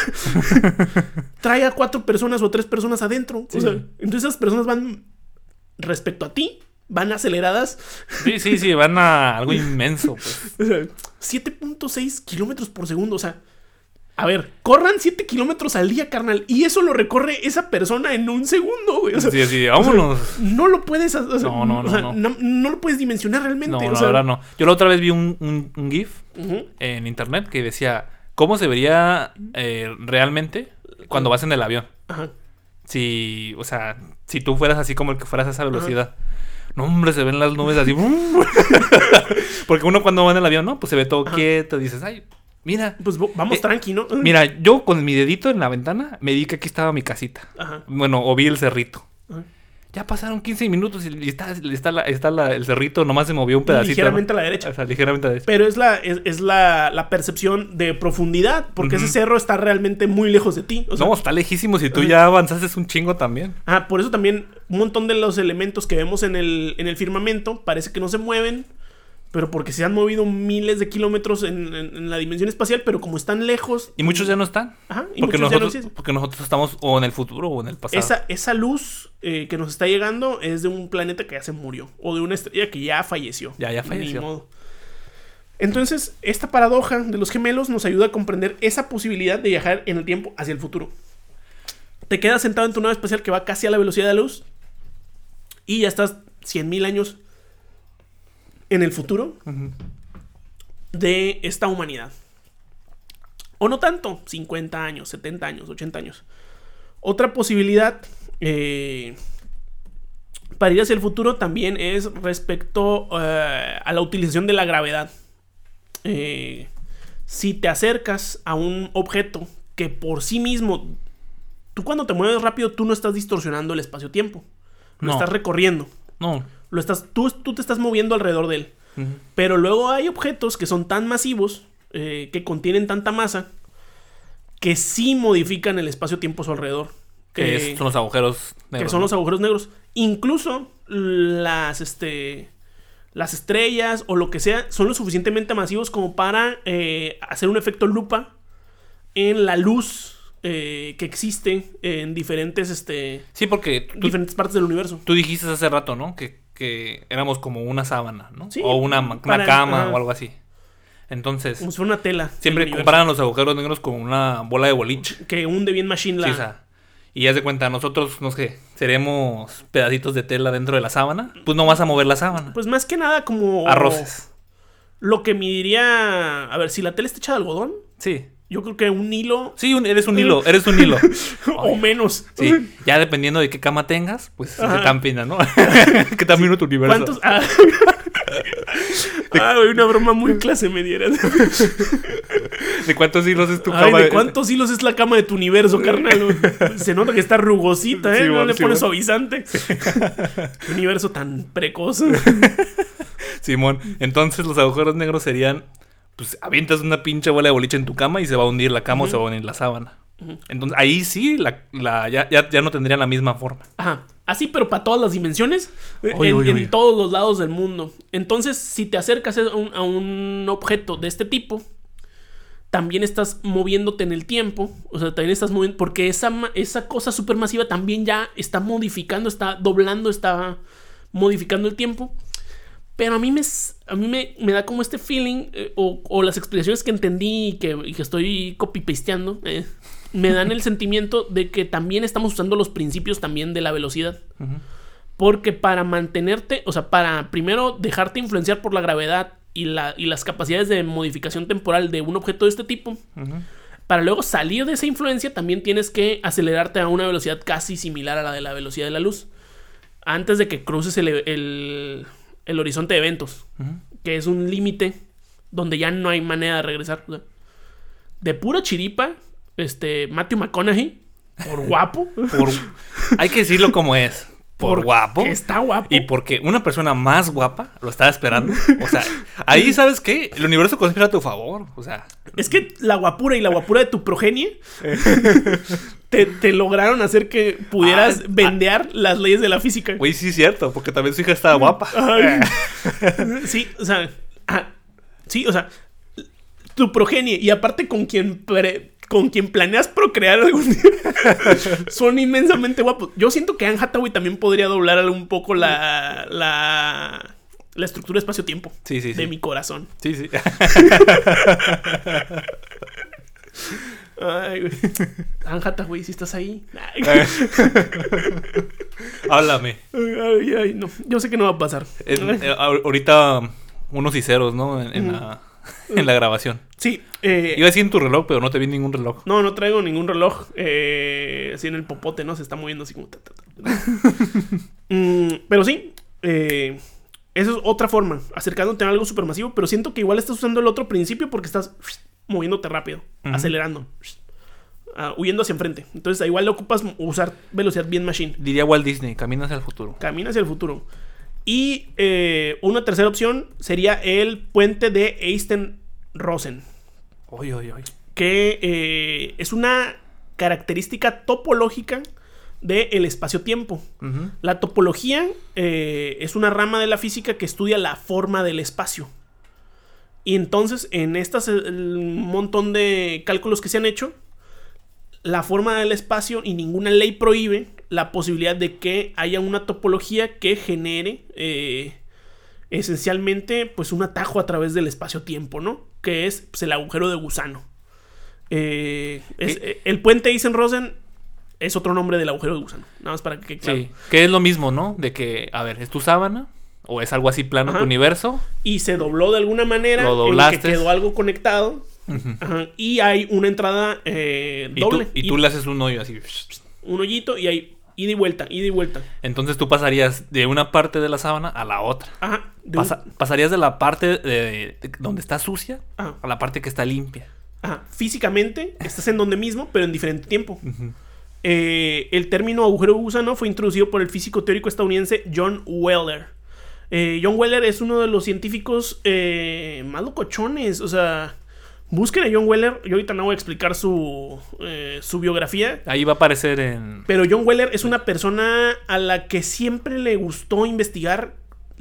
trae a cuatro personas o tres personas adentro. Sí. O sea, entonces esas personas van respecto a ti, van aceleradas. Sí, sí, sí, van a algo inmenso, pues. O sea, siete punto seis kilómetros por segundo. O sea, a ver, corran siete kilómetros al día, carnal. Y eso lo recorre esa persona en un segundo, güey. O sea, Sí, sí, vámonos. o sea, no lo puedes hacer. O sea, No, no, o sea, no, no. no lo puedes dimensionar realmente. No, o no, sea, la verdad no. Yo la otra vez vi un, un, un GIF ujú, en internet que decía cómo se vería eh, realmente cuando vas en el avión. ajá. Si, o sea, si tú fueras así como el que fueras a esa velocidad. No, hombre, se ven las nubes así. Porque uno cuando va en el avión, ¿no? Pues se ve todo Ajá. quieto. Dices, ay, mira. Pues vo- vamos Eh, tranqui, ¿no? Mira, yo con mi dedito en la ventana me di que aquí estaba mi casita. Ajá. Bueno, o vi el cerrito. Ajá. Ya pasaron quince minutos y está, está, la- está la- el cerrito, nomás se movió un pedacito. Ligeramente ¿no? a la derecha. O sea, ligeramente a la derecha. Pero es la, es, es la, la percepción de profundidad, porque Ujú. ese cerro está realmente muy lejos de ti. O sea, No, está lejísimo. Si tú ya avanzaste un chingo también. ah, por eso también un montón de los elementos que vemos en el, en el firmamento parece que no se mueven, pero porque se han movido miles de kilómetros en, en- en la dimensión espacial, pero como están lejos... Y muchos ya no están. Ajá, y Porque muchos ya no nosotros, existen. porque nosotros estamos o en el futuro o en el pasado. Esa, esa luz eh, que nos está llegando es de un planeta que ya se murió, o de una estrella que ya falleció. Ya, ya Ni falleció. modo. Entonces, esta paradoja de los gemelos nos ayuda a comprender esa posibilidad de viajar en el tiempo hacia el futuro. Te quedas sentado en tu nave espacial que va casi a la velocidad de la luz y ya estás cien mil años en el futuro Ujú. de esta humanidad. O no tanto, cincuenta años, setenta años, ochenta años. Otra posibilidad eh, para ir hacia el futuro también es respecto eh, a la utilización de la gravedad. Eh, si te acercas a un objeto que por sí mismo, tú cuando te mueves rápido, tú no estás distorsionando el espacio-tiempo. Lo No. estás recorriendo. No. Lo estás, tú, tú te estás moviendo alrededor de él. Ujú. Pero luego hay objetos que son tan masivos, eh, que contienen tanta masa, que sí modifican el espacio-tiempo a su alrededor. Que Eh, es- son los agujeros que negros. son ¿no? los agujeros negros. Incluso las, este, las estrellas o lo que sea son lo suficientemente masivos como para eh, hacer un efecto lupa en la luz eh, que existe en diferentes, este, Sí, porque tú, diferentes partes del universo. tú dijiste hace rato, ¿no? Que, que éramos como una sábana, ¿no? Sí, o una, ma- una para- cama ajá. o algo así. Entonces, Como si fuera una tela. siempre del universo, comparan los agujeros negros con una bola de boliche. que hunde bien machine la... Sí, o sea, y ya de cuenta, nosotros, no sé, seremos pedacitos de tela dentro de la sábana. Pues no vas a mover la sábana. Pues más que nada como... Arroces. Lo que me diría... A ver, si la tela está hecha de algodón, Sí. yo creo que un hilo Sí, un- eres un hilo, eres un hilo. o menos. Sí, ya dependiendo de qué cama tengas, pues se Ajá. tan fina, ¿no? ¿Qué tan fino tu universo? ¿Cuántos? Ah, ah, güey, una broma muy clase me dieras. ¿De cuántos hilos es tu Ay, cama? ¿de cuántos hilos es la cama de tu universo, carnal? Se nota que está rugosita, ¿eh? Sí, no bueno, le sí, pones bueno. suavizante. Qué universo tan precoz. Simón, entonces los agujeros negros serían, pues avientas una pinche bola de boliche en tu cama y se va a hundir la cama o se va a hundir la sábana. Entonces ahí sí, la, la, ya, ya, ya no tendrían la misma forma. Ajá. Así, pero para todas las dimensiones, eh, Oye, en, oye, en oye. todos los lados del mundo. Entonces, si te acercas a un, a un objeto de este tipo, también estás moviéndote en el tiempo. O sea, también estás moviendo. Porque esa, ma- esa cosa supermasiva también ya está modificando, está doblando, está modificando el tiempo. Pero a mí me, s- a mí me, me da como este feeling, eh, o, o las explicaciones que entendí y que, y que estoy copy-pasteando. Eh, me dan el sentimiento de que también estamos usando los principios también de la velocidad. Uh-huh. Porque para mantenerte, o sea, para primero dejarte influenciar por la gravedad y, la, y las capacidades de modificación temporal de un objeto de este tipo, uh-huh. para luego salir de esa influencia también tienes que acelerarte a una velocidad casi similar a la de la velocidad de la luz. Antes de que cruces el, el, el horizonte de eventos, uh-huh. que es un límite donde ya no hay manera de regresar. O sea, de pura chiripa, este, Matthew McConaughey, por guapo. Por, hay que decirlo como es. Por, por guapo. Está guapo. Y porque una persona más guapa lo estaba esperando. O sea, ahí, ¿sabes qué? El universo conspira a tu favor. O sea. Es que la guapura y la guapura de tu progenie te, te lograron hacer que pudieras ah, vendear ah, las leyes de la física. Güey, sí es cierto, porque también su hija estaba guapa. Ay. Sí, o sea. Ah, sí, o sea. Tu progenie y aparte con quien... Pre- con quien planeas procrear algún día, son inmensamente guapos. Yo siento que Anne Hathaway también podría doblar un poco la, la, la estructura espacio-tiempo sí, sí, de sí. mi corazón. Sí, sí. Ay, güey. Anne Hathaway, si estás ahí. Háblame. Ay, ay, no. Yo sé que no va a pasar. Es, eh, ahorita unos y ceros, ¿no? En, en mm. la... En la grabación. Sí. Eh, Iba a decir en tu reloj, pero no te vi ningún reloj. No, no traigo ningún reloj. Eh, así en el popote, ¿no? Se está moviendo así como... mm, pero sí. Eh, eso es otra forma. Acercándote a algo supermasivo. Pero siento que igual estás usando el otro principio porque estás moviéndote rápido. Uh-huh. Acelerando. Uh, huyendo hacia enfrente. Entonces igual le ocupas usar velocidad bien machine. Diría Walt Disney, camina hacia el futuro. Camina hacia el futuro. Y eh, una tercera opción sería el puente de Einstein-Rosen. Oy, oy, oy. Que eh, es una característica topológica del espacio-tiempo. Uh-huh. La topología eh, es una rama de la física que estudia la forma del espacio. Y entonces, en estas el montón de cálculos que se han hecho, la forma del espacio y ninguna ley prohíbe la posibilidad de que haya una topología que genere eh, esencialmente pues un atajo a través del espacio-tiempo, ¿no? Que es pues, el agujero de gusano. Eh, es, eh, el puente Einstein-Rosen es otro nombre del agujero de gusano. Nada más para que quede claro. Sí, que es lo mismo, ¿no? De que, a ver, ¿es tu sábana? ¿O es algo así plano, tu universo? Y se dobló de alguna manera. Lo doblaste. En que quedó algo conectado. Uh-huh. Ajá, y hay una entrada eh, doble. Y tú, y tú y, le haces un hoyo así. Un hoyito y hay ida y vuelta, ida y vuelta. Entonces tú pasarías de una parte de la sábana a la otra. Ajá. Pasa, un... Pasarías de la parte de, de, de donde está sucia Ajá. a la parte que está limpia. Ajá. Físicamente estás en donde mismo, pero en diferente tiempo. Uh-huh. Eh, el término agujero de gusano fue introducido por el físico teórico estadounidense John Wheeler. Eh, John Wheeler es uno de los científicos eh, más locochones. O sea, busquen a John Wheeler. Yo ahorita no voy a explicar su, eh, su biografía. Ahí va a aparecer en... Pero John Wheeler es una persona a la que siempre le gustó investigar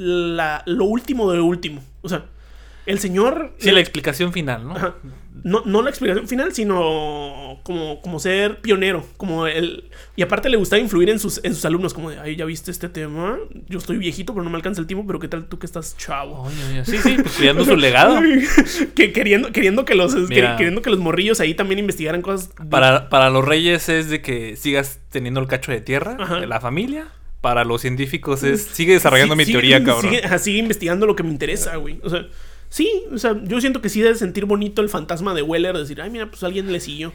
la, lo último de lo último. O sea, el señor... Sí, el, la explicación final, ¿no? Ajá. No, no la explicación final, sino como, como ser pionero. Como el, y aparte le gustaba influir en sus, en sus alumnos. Como de, ay, ¿ya viste este tema? Yo estoy viejito, pero no me alcanza el tiempo. Pero ¿qué tal tú que estás chavo? Oye, oye. Sí, sí, pues cuidando su legado. que, queriendo, queriendo, que los, Mira, queriendo que los morrillos ahí también investigaran cosas. Para, para los reyes es de que sigas teniendo el cacho de tierra, Ajá. de la familia. Para los científicos es, sigue desarrollando sí, mi sigue, teoría, cabrón. Sigue, sigue investigando lo que me interesa, güey. O sea... Sí, o sea, yo siento que sí debe sentir bonito el fantasma de Wheeler. Decir, ay, mira, pues alguien le siguió.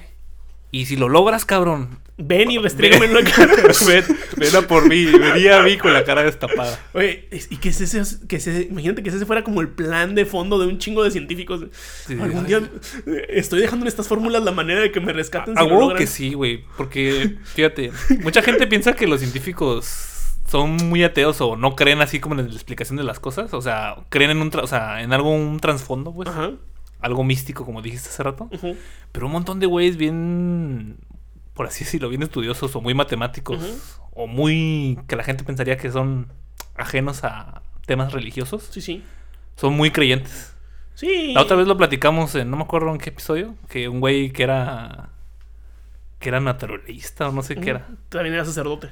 Y si lo logras, cabrón, ven y restrégame en la cara. ven, ven a por mí, venía a mí con la cara destapada. Oye, y que ese, que ese, imagínate que ese fuera como el plan de fondo de un chingo de científicos. Sí, Algún ay, día estoy dejando en estas fórmulas la manera de que me rescaten. A si huevo que sí, güey, porque, fíjate, mucha gente piensa que los científicos son muy ateos o no creen así como en la explicación de las cosas. O sea, creen en un tra- o sea, en algo, un trasfondo, pues. Ajá. Algo místico, como dijiste hace rato. Uh-huh. Pero un montón de güeyes bien, por así decirlo, bien estudiosos o muy matemáticos. Uh-huh. O muy, que la gente pensaría que son ajenos a temas religiosos. Sí, sí. Son muy creyentes. Sí. La otra vez lo platicamos en, no me acuerdo en qué episodio, que un güey que era... que era naturalista o no sé uh-huh. qué era. También era sacerdote.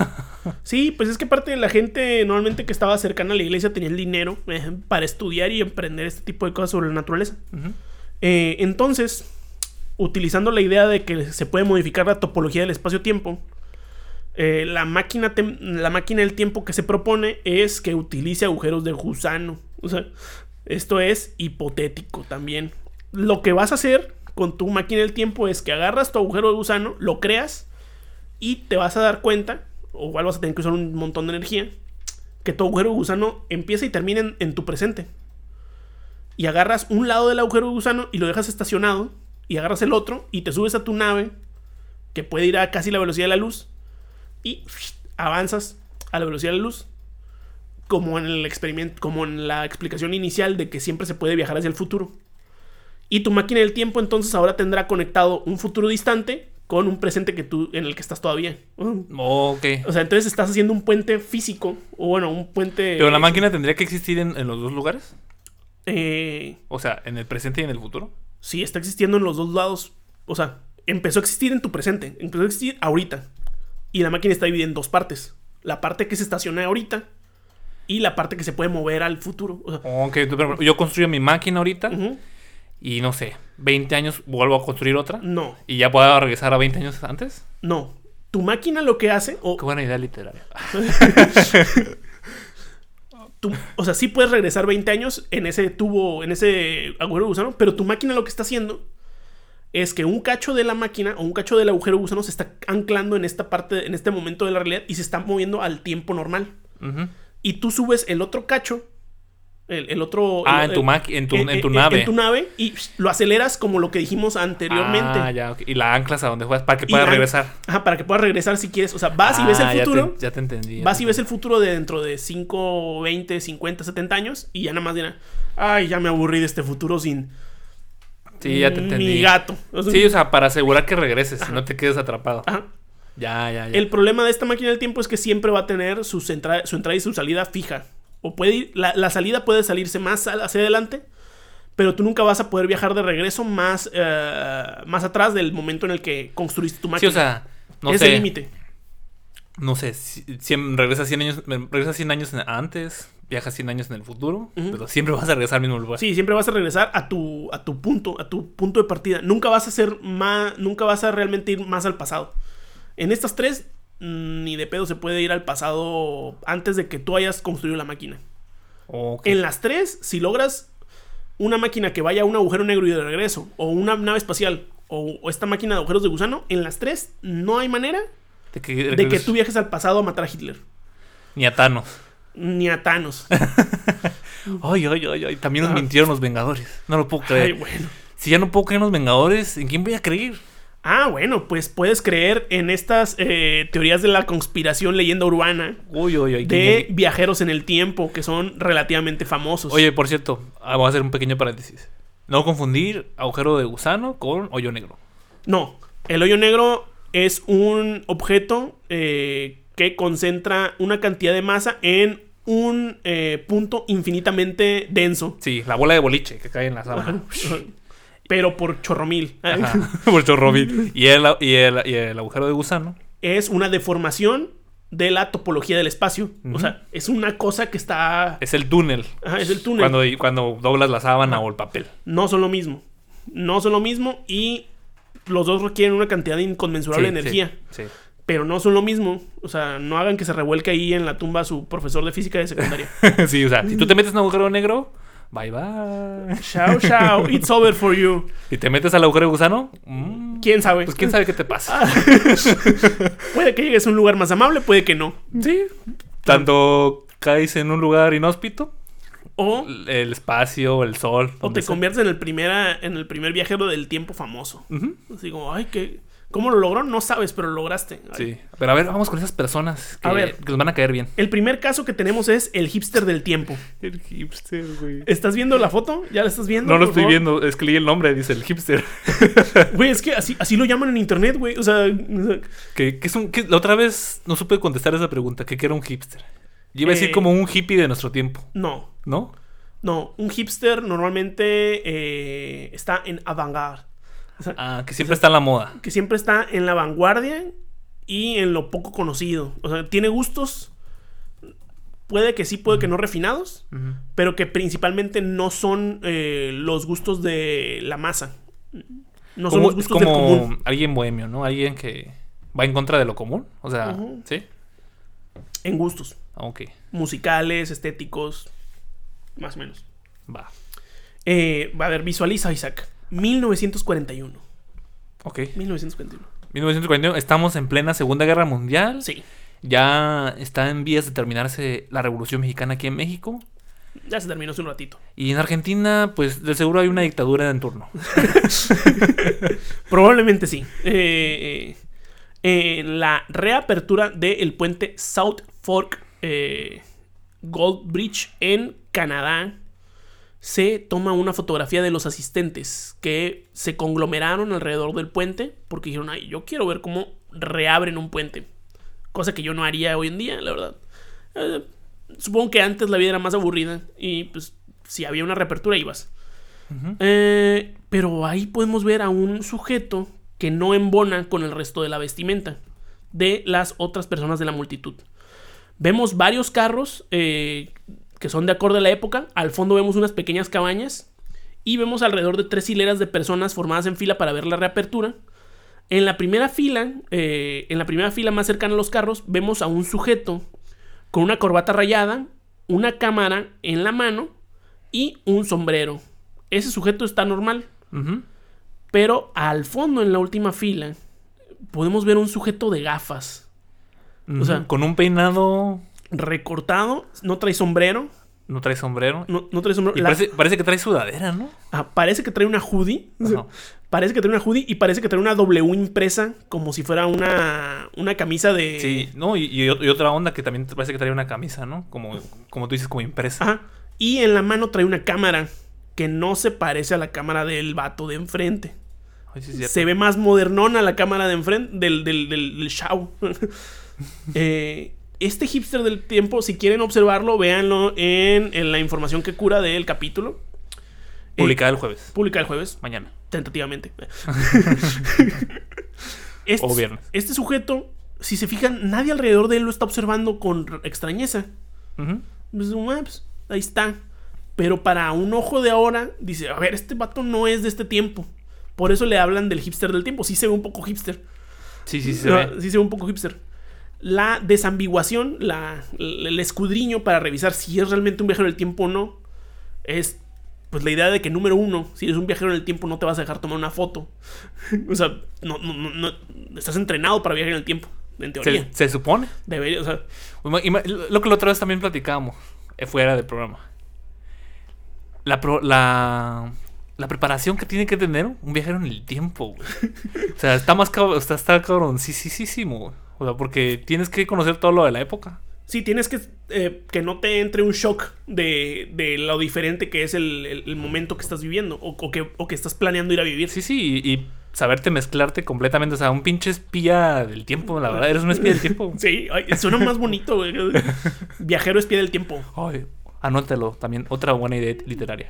Sí, pues es que parte de la gente normalmente que estaba cercana a la iglesia tenía el dinero eh, para estudiar y aprender este tipo de cosas sobre la naturaleza. Uh-huh. Eh, entonces, utilizando la idea de que se puede modificar la topología del espacio-tiempo, eh, la, máquina tem- la máquina del tiempo que se propone es que utilice agujeros de gusano. O sea, esto es hipotético también. Lo que vas a hacer con tu máquina del tiempo es que agarras tu agujero de gusano, lo creas y te vas a dar cuenta, o igual vas a tener que usar un montón de energía, que tu agujero de gusano empieza y termina en, en tu presente. Y agarras un lado del agujero de gusano y lo dejas estacionado, y agarras el otro y te subes a tu nave, que puede ir a casi la velocidad de la luz, y avanzas a la velocidad de la luz, como en el experimento, como en la explicación inicial de que siempre se puede viajar hacia el futuro. Y tu máquina del tiempo entonces ahora tendrá conectado un futuro distante con un presente que tú, en el que estás todavía. Ok. O sea, entonces estás haciendo un puente físico, o bueno, un puente... ¿Pero la máquina tendría que existir en, en los dos lugares? Eh, O sea, ¿en el presente y en el futuro? sí, está existiendo en los dos lados. O sea, empezó a existir en tu presente, empezó a existir ahorita. Y la máquina está dividida en dos partes. La parte que se estaciona ahorita y la parte que se puede mover al futuro. O sea, Ok, tú, pero yo construyo mi máquina ahorita uh-huh. y no sé, veinte años vuelvo a construir otra No, y ya puedo regresar a veinte años antes. no. Tu máquina lo que hace... O, Qué buena idea literaria. tú, o sea, sí puedes regresar veinte años en ese tubo, en ese agujero de gusano, pero tu máquina lo que está haciendo es que un cacho de la máquina o un cacho del agujero de gusano se está anclando en esta parte, en este momento de la realidad y se está moviendo al tiempo normal. Uh-huh. Y tú subes el otro cacho, el, el otro... Ah, el, en tu, el, maqui- en tu, en, en tu en, nave. En tu nave y lo aceleras como lo que dijimos anteriormente. Ah, ya, ok. Y la anclas a donde juegas para que Y puedas an- regresar. Ajá, para que puedas regresar si quieres. O sea, vas y Ah, ves el ya futuro. te- Ya te, entendí. ya Vas te y ves el entendí. futuro de dentro de cinco, veinte, cincuenta, setenta años y ya nada más dirán, ay, ya me aburrí de este futuro sin Sí, ya te entendí. mi gato. O sea, Sí, o sea, para asegurar que regreses y no te quedes atrapado. ajá. Ya, ya, ya. El problema de esta máquina del tiempo es que siempre va a tener sus entra- su entrada y su salida fija. O puede ir, la, la salida puede salirse más a- hacia adelante, pero tú nunca vas a poder viajar de regreso más, eh, más atrás del momento en el que construiste tu Sí, máquina. o sea, no es sé. el límite. No sé, si, si regresas cien años, regresas cien años en- antes, viajas cien años en el futuro, Ujú. pero siempre vas a regresar al mismo lugar. Sí, siempre vas a regresar a tu, a tu punto, a tu punto de partida. Nunca vas a ser más, nunca vas a realmente ir más al pasado. En estas tres, mm, ni de pedo se puede ir al pasado antes de que tú hayas construido la máquina. Ok. En las tres, si logras una máquina que vaya a un agujero negro y de regreso, o una nave espacial, o, o esta máquina de agujeros de gusano, en las tres no hay manera De que, de que tú viajes al pasado a matar a Hitler. Ni a Thanos. Ni a Thanos. Ay, ay, ay, ay. También nos Ajá. mintieron los Vengadores. No lo puedo creer. Ay, bueno. Si ya no puedo creer en los Vengadores, ¿en quién voy a creer? Ah, bueno, pues puedes creer en estas eh, teorías de la conspiración, leyenda urbana, Uy, uy, uy. de ¿quién- viajeros en el tiempo, que son relativamente famosos. Oye, por cierto, ah, voy a hacer un pequeño paréntesis. No confundir agujero de gusano con hoyo negro. No, el hoyo negro es un objeto eh, que concentra una cantidad de masa en un eh, punto infinitamente denso. Sí, la bola de boliche que cae en la sábana. Pero por chorromil. Ajá. Por chorromil. Y el, y, el, y el agujero de gusano. Es una deformación de la topología del espacio. Ujú. O sea, es una cosa que está... Es el túnel. Ajá, es el túnel. Cuando, cuando doblas la sábana o el papel. No son lo mismo. No son lo mismo y los dos requieren una cantidad inconmensurable Sí, de energía. Sí, sí. Pero no son lo mismo. O sea, no hagan que se revuelque ahí en la tumba su profesor de física de secundaria. Sí, o sea, si tú te metes en un agujero negro, bye bye. Chao, chao. It's over for you. Si te metes al agujero de gusano, mm, ¿Quién sabe? pues quién sabe qué te pasa. Puede que llegues a un lugar más amable, puede que no. Sí. Tanto caes en un lugar inhóspito, O, el espacio, el sol. o donde te sea. conviertes en el, primera, en el primer viajero del tiempo famoso. Ujú. Así como, ay, que ¿cómo lo logró? No sabes, pero lo lograste. Ay. Sí. Pero a ver, vamos con esas personas que, A ver. que nos van a caer bien. El primer caso que tenemos es el hipster del tiempo. El hipster, güey. ¿Estás viendo la foto? ¿Ya la estás viendo? No lo por estoy favor? viendo, es que leí el nombre, dice el hipster. Güey, es que así, así lo llaman en internet, güey. O sea, que, que es un, que la otra vez no supe contestar esa pregunta, que qué era un hipster. Yo iba a decir Eh, como un hippie de nuestro tiempo, no. ¿no? No, un hipster normalmente eh, está en avant-garde. O sea, Ah, que siempre está en la moda. que siempre está en la vanguardia y en lo poco conocido. O sea, tiene gustos, puede que sí, puede que no refinados, Ujú. pero que principalmente no son eh, los gustos de la masa. No son los Es gustos del como común. alguien bohemio, ¿no? Alguien que va en contra de lo común. O sea, Ujú. ¿sí? En gustos. Ok, Musicales, estéticos. Más o menos. va. Eh, a ver, visualiza, Isaac. mil novecientos cuarenta y uno. Ok. mil novecientos cuarenta y uno. mil novecientos cuarenta y uno, estamos en plena Segunda Guerra Mundial. Sí. Ya está en vías de terminarse la Revolución Mexicana aquí en México. Ya se terminó hace un ratito. Y en Argentina, pues de seguro hay una dictadura en turno. Probablemente sí. Eh, eh, en la reapertura del puente South Fork eh, Gold Bridge en Canadá, se toma una fotografía de los asistentes que se conglomeraron alrededor del puente porque dijeron, ay, yo quiero ver cómo reabren un puente. Cosa que yo no haría hoy en día, la verdad. Eh, supongo que antes la vida era más aburrida y pues si había una reapertura ibas. Uh-huh. Eh, pero ahí podemos ver a un sujeto que no embona con el resto de la vestimenta de las otras personas de la multitud. Vemos varios carros eh, que son de acorde a la época. Al fondo vemos unas pequeñas cabañas y vemos alrededor de tres hileras de personas formadas en fila para ver la reapertura. En la primera fila, eh, en la primera fila más cercana a los carros, vemos a un sujeto con una corbata rayada, una cámara en la mano y un sombrero. Ese sujeto está normal. Uh-huh. Pero al fondo, en la última fila, podemos ver un sujeto de gafas. Uh-huh. O sea, con un peinado. Recortado, no trae sombrero. No trae sombrero. No, no trae sombrero. Y La- parece, parece que trae sudadera, ¿no? Ah, parece que trae una hoodie. Ajá. Parece que trae una hoodie y parece que trae una W impresa como si fuera una, una camisa de... Sí, no, y, y otra onda que también parece que trae una camisa, ¿no? Como, como tú dices, como impresa. Ajá. Y en la mano trae una cámara que no se parece a la cámara del vato de enfrente. Ay, sí, es cierto. Se ve más modernona la cámara de enfrente del, del, del, del Shao. eh, este hipster del tiempo, si quieren observarlo, véanlo en, en la información que cura del capítulo. Publicada Eh, el jueves. Publicada el jueves, Mañana. tentativamente. este, O viernes. Este sujeto, si se fijan, nadie alrededor de él lo está observando con r- extrañeza. Uh-huh. Pues, ah, pues, ahí está. Pero para un ojo de ahora, dice, a ver, este vato no es de este tiempo. Por eso le hablan del hipster del tiempo. Sí se ve un poco hipster. Sí, sí, se No, ve. sí se ve un poco hipster. La desambiguación, la, el escudriño para revisar si es realmente un viajero del tiempo o no, es pues la idea de que, número uno, si eres un viajero en el tiempo no te vas a dejar tomar una foto. O sea, no, no, no, no, estás entrenado para viajar en el tiempo, en teoría. Se, se supone. Debería, o sea, Ima- ima- Lo que la otra vez también platicábamos, eh, fuera del programa. La, pro- la, la preparación que tiene que tener un viajero en el tiempo, güey. O sea, está más cabrón, está, está cabrón, sí, sí, sí, sí, güey. O sea, porque tienes que conocer todo lo de la época. sí, tienes que eh, que no te entre un shock de, de lo diferente que es el, el, el momento que estás viviendo o, o, que, o que estás planeando ir a vivir. Sí, sí, y, y saberte mezclarte completamente. O sea, un pinche espía del tiempo, la verdad, eres un espía del tiempo. Sí, ay, suena más bonito, güey. Viajero espía del tiempo. Ay, anótalo también, otra buena idea literaria.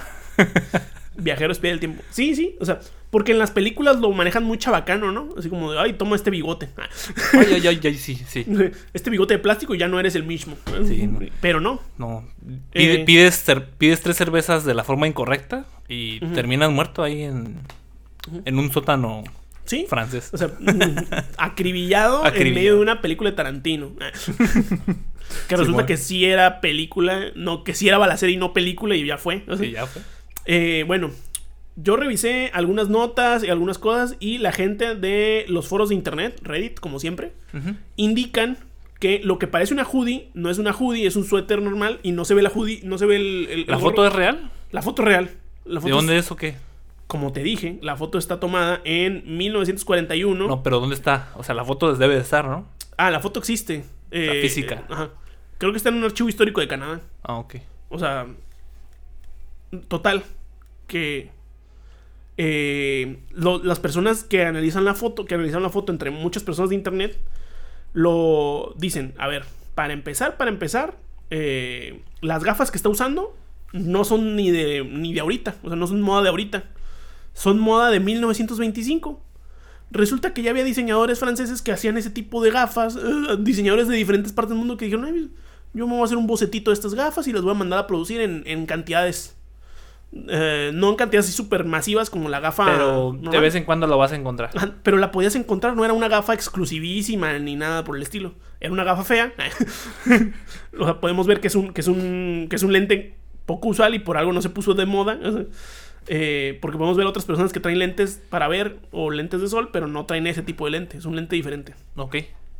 Viajero espía del tiempo. Sí, sí, o sea, porque en las películas lo manejan muy chabacano, ¿no? Así como de, ay, toma este bigote. Ah. Ay, ay, ay, ay, sí, sí. Este bigote de plástico ya no eres el mismo. Sí, no. Pero no. No. Pide- Eh. pides, cer- pides tres cervezas de la forma incorrecta y Ujú. terminas muerto ahí en, en un sótano Sí. francés. O sea, acribillado, en Acribillado. medio de una película de Tarantino. Ah. Que resulta bueno. que sí era película, no, que sí era balacera y no película y ya fue. O sea, Sí, ya fue. Eh, bueno, yo revisé algunas notas y algunas cosas y la gente de los foros de internet, Reddit, como siempre, Ujú. indican que lo que parece una hoodie no es una hoodie, es un suéter normal y no se ve la hoodie, no se ve el, el- ¿La el foto gorro. es real? La foto es real. La foto ¿De dónde es- es o qué? Como te dije, la foto está tomada en mil novecientos cuarenta y uno. No, pero ¿dónde está? O sea, la foto debe de estar, ¿no? Ah, la foto existe. Eh, física. eh, ajá. Creo que está en un archivo histórico de Canadá. Ah, ok. O sea, total, que eh, lo- las personas que analizan la foto, que analizan la foto entre muchas personas de internet, lo dicen, a ver, para empezar, para empezar, eh, las gafas que está usando no son ni de, ni de ahorita, o sea, no son moda de ahorita, son moda de mil novecientos veinticinco. Resulta que ya había diseñadores franceses que hacían ese tipo de gafas, eh, diseñadores de diferentes partes del mundo que dijeron, "Ay, yo me voy a hacer un bocetito de estas gafas y las voy a mandar a producir en, en cantidades Eh, no en cantidades así súper masivas como la gafa. Pero normal. de vez en cuando lo vas a encontrar. Ajá, pero la podías encontrar, no era una gafa exclusivísima ni nada por el estilo. Era una gafa fea. O sea, podemos ver que es un, que es un, que es un lente poco usual y por algo no se puso de moda. O sea, eh, porque podemos ver otras personas que traen lentes para ver o lentes de sol, pero no traen ese tipo de lente. Es un lente diferente. Ok.